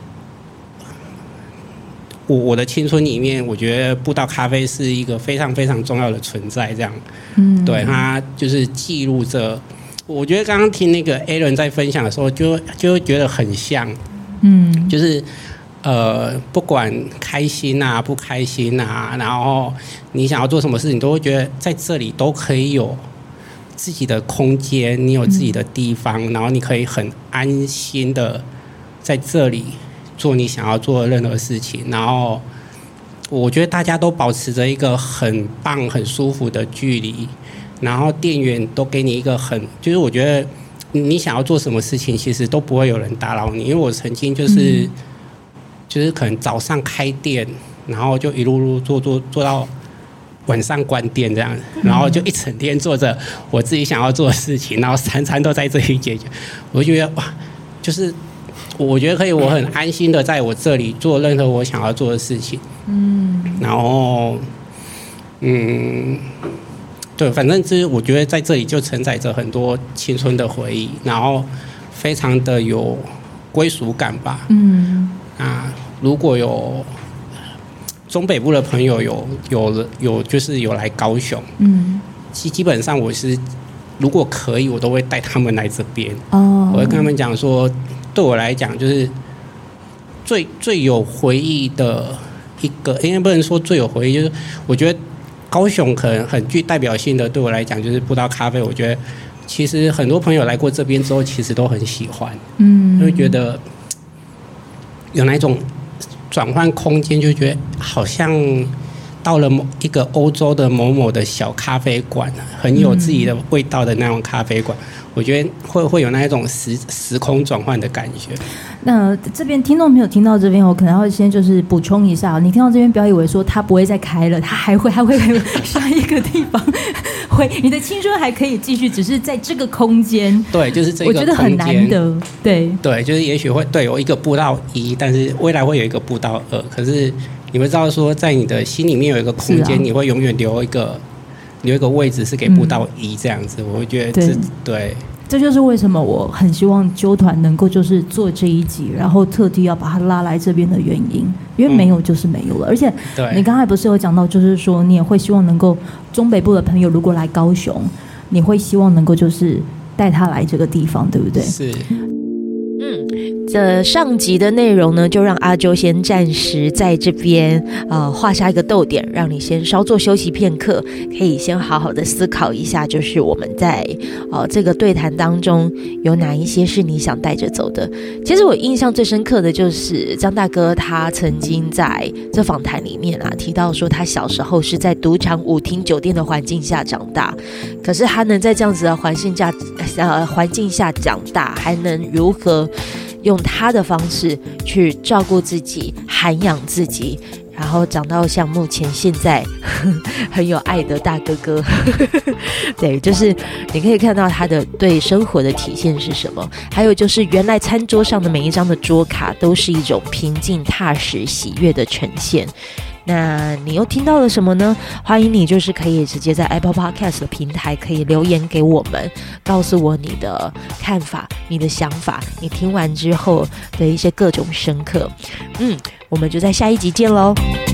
我我的青春里面，我觉得步道咖啡是一个非常非常重要的存在，这样，嗯，对，它就是记录着。我觉得刚刚听那个 Aaron 在分享的时候，就就会觉得很像，嗯，就是。呃，不管开心啊、不开心啊，然后你想要做什么事情，都会觉得在这里都可以有自己的空间，你有自己的地方，嗯、然后你可以很安心的在这里做你想要做的任何事情。然后我觉得大家都保持着一个很棒、很舒服的距离，然后店员都给你一个很，就是我觉得你想要做什么事情，其实都不会有人打扰你。因为我曾经就是。嗯就是可能早上开店，然后就一路路做做做到晚上关店这样，然后就一整天做着我自己想要做的事情，然后餐餐都在这里解决。我就觉得哇，就是我觉得可以，我很安心的在我这里做任何我想要做的事情。嗯，然后嗯，对，反正就是我觉得在这里就承载着很多青春的回忆，然后非常的有归属感吧。嗯。啊，如果有中北部的朋友有有有就是有来高雄，嗯，基基本上我是如果可以，我都会带他们来这边。哦，我会跟他们讲说，对我来讲就是最最有回忆的一个，因为不能说最有回忆，就是我觉得高雄可能很具代表性的，对我来讲就是步道咖啡。我觉得其实很多朋友来过这边之后，其实都很喜欢，嗯，会觉得。有那种转换空间，就觉得好像到了某一个欧洲的某某的小咖啡馆，很有自己的味道的那种咖啡馆，嗯、我觉得会会有那一种时时空转换的感觉。 那这边听众没有听到这边，我可能要先就是补充一下，你听到这边不要以为说它不会再开了，它还会还会下一个地方，会你的青春还可以继续，只是在这个空间， 对，就是这个空间， 我觉得很难得，对对，就是也许会对有一个步道一，但是未来会有一个步道二，可是你会知道说，在你的心里面有一个空间，啊、你会永远留一个留一个位置是给步道一这样子，嗯、我会觉得这 对, 对。 这就是为什么我很希望啾团能够就是做这一集，然后特地要把它拉来这边的原因，因为没有就是没有了。而且你刚才不是有讲到，就是说你也会希望能够中北部的朋友如果来高雄，你会希望能够就是带他来这个地方，对不对？ 是。 这上集的内容呢，就让阿周先暂时在这边呃画下一个逗点，让你先稍作休息片刻，可以先好好的思考一下，就是我们在呃这个对谈当中有哪一些是你想带着走的。其实我印象最深刻的就是张大哥他曾经在这访谈里面啊提到说，他小时候是在赌场、舞厅、酒店的环境下长大，可是他能在这样子的环境下呃环境下长大，还能如何用他的方式去照顾自己、涵养自己，然后长到像目前现在呵呵很有爱的大哥哥对，就是你可以看到他的对生活的体现是什么。还有就是原来餐桌上的每一张的桌卡都是一种平静、踏实、喜悦的呈现。那你又听到了什么呢？欢迎你就是可以直接在 Apple Podcast 的平台可以留言给我们，告诉我你的看法、你的想法，你听完之后的一些各种深刻。嗯，我们就在下一集见咯。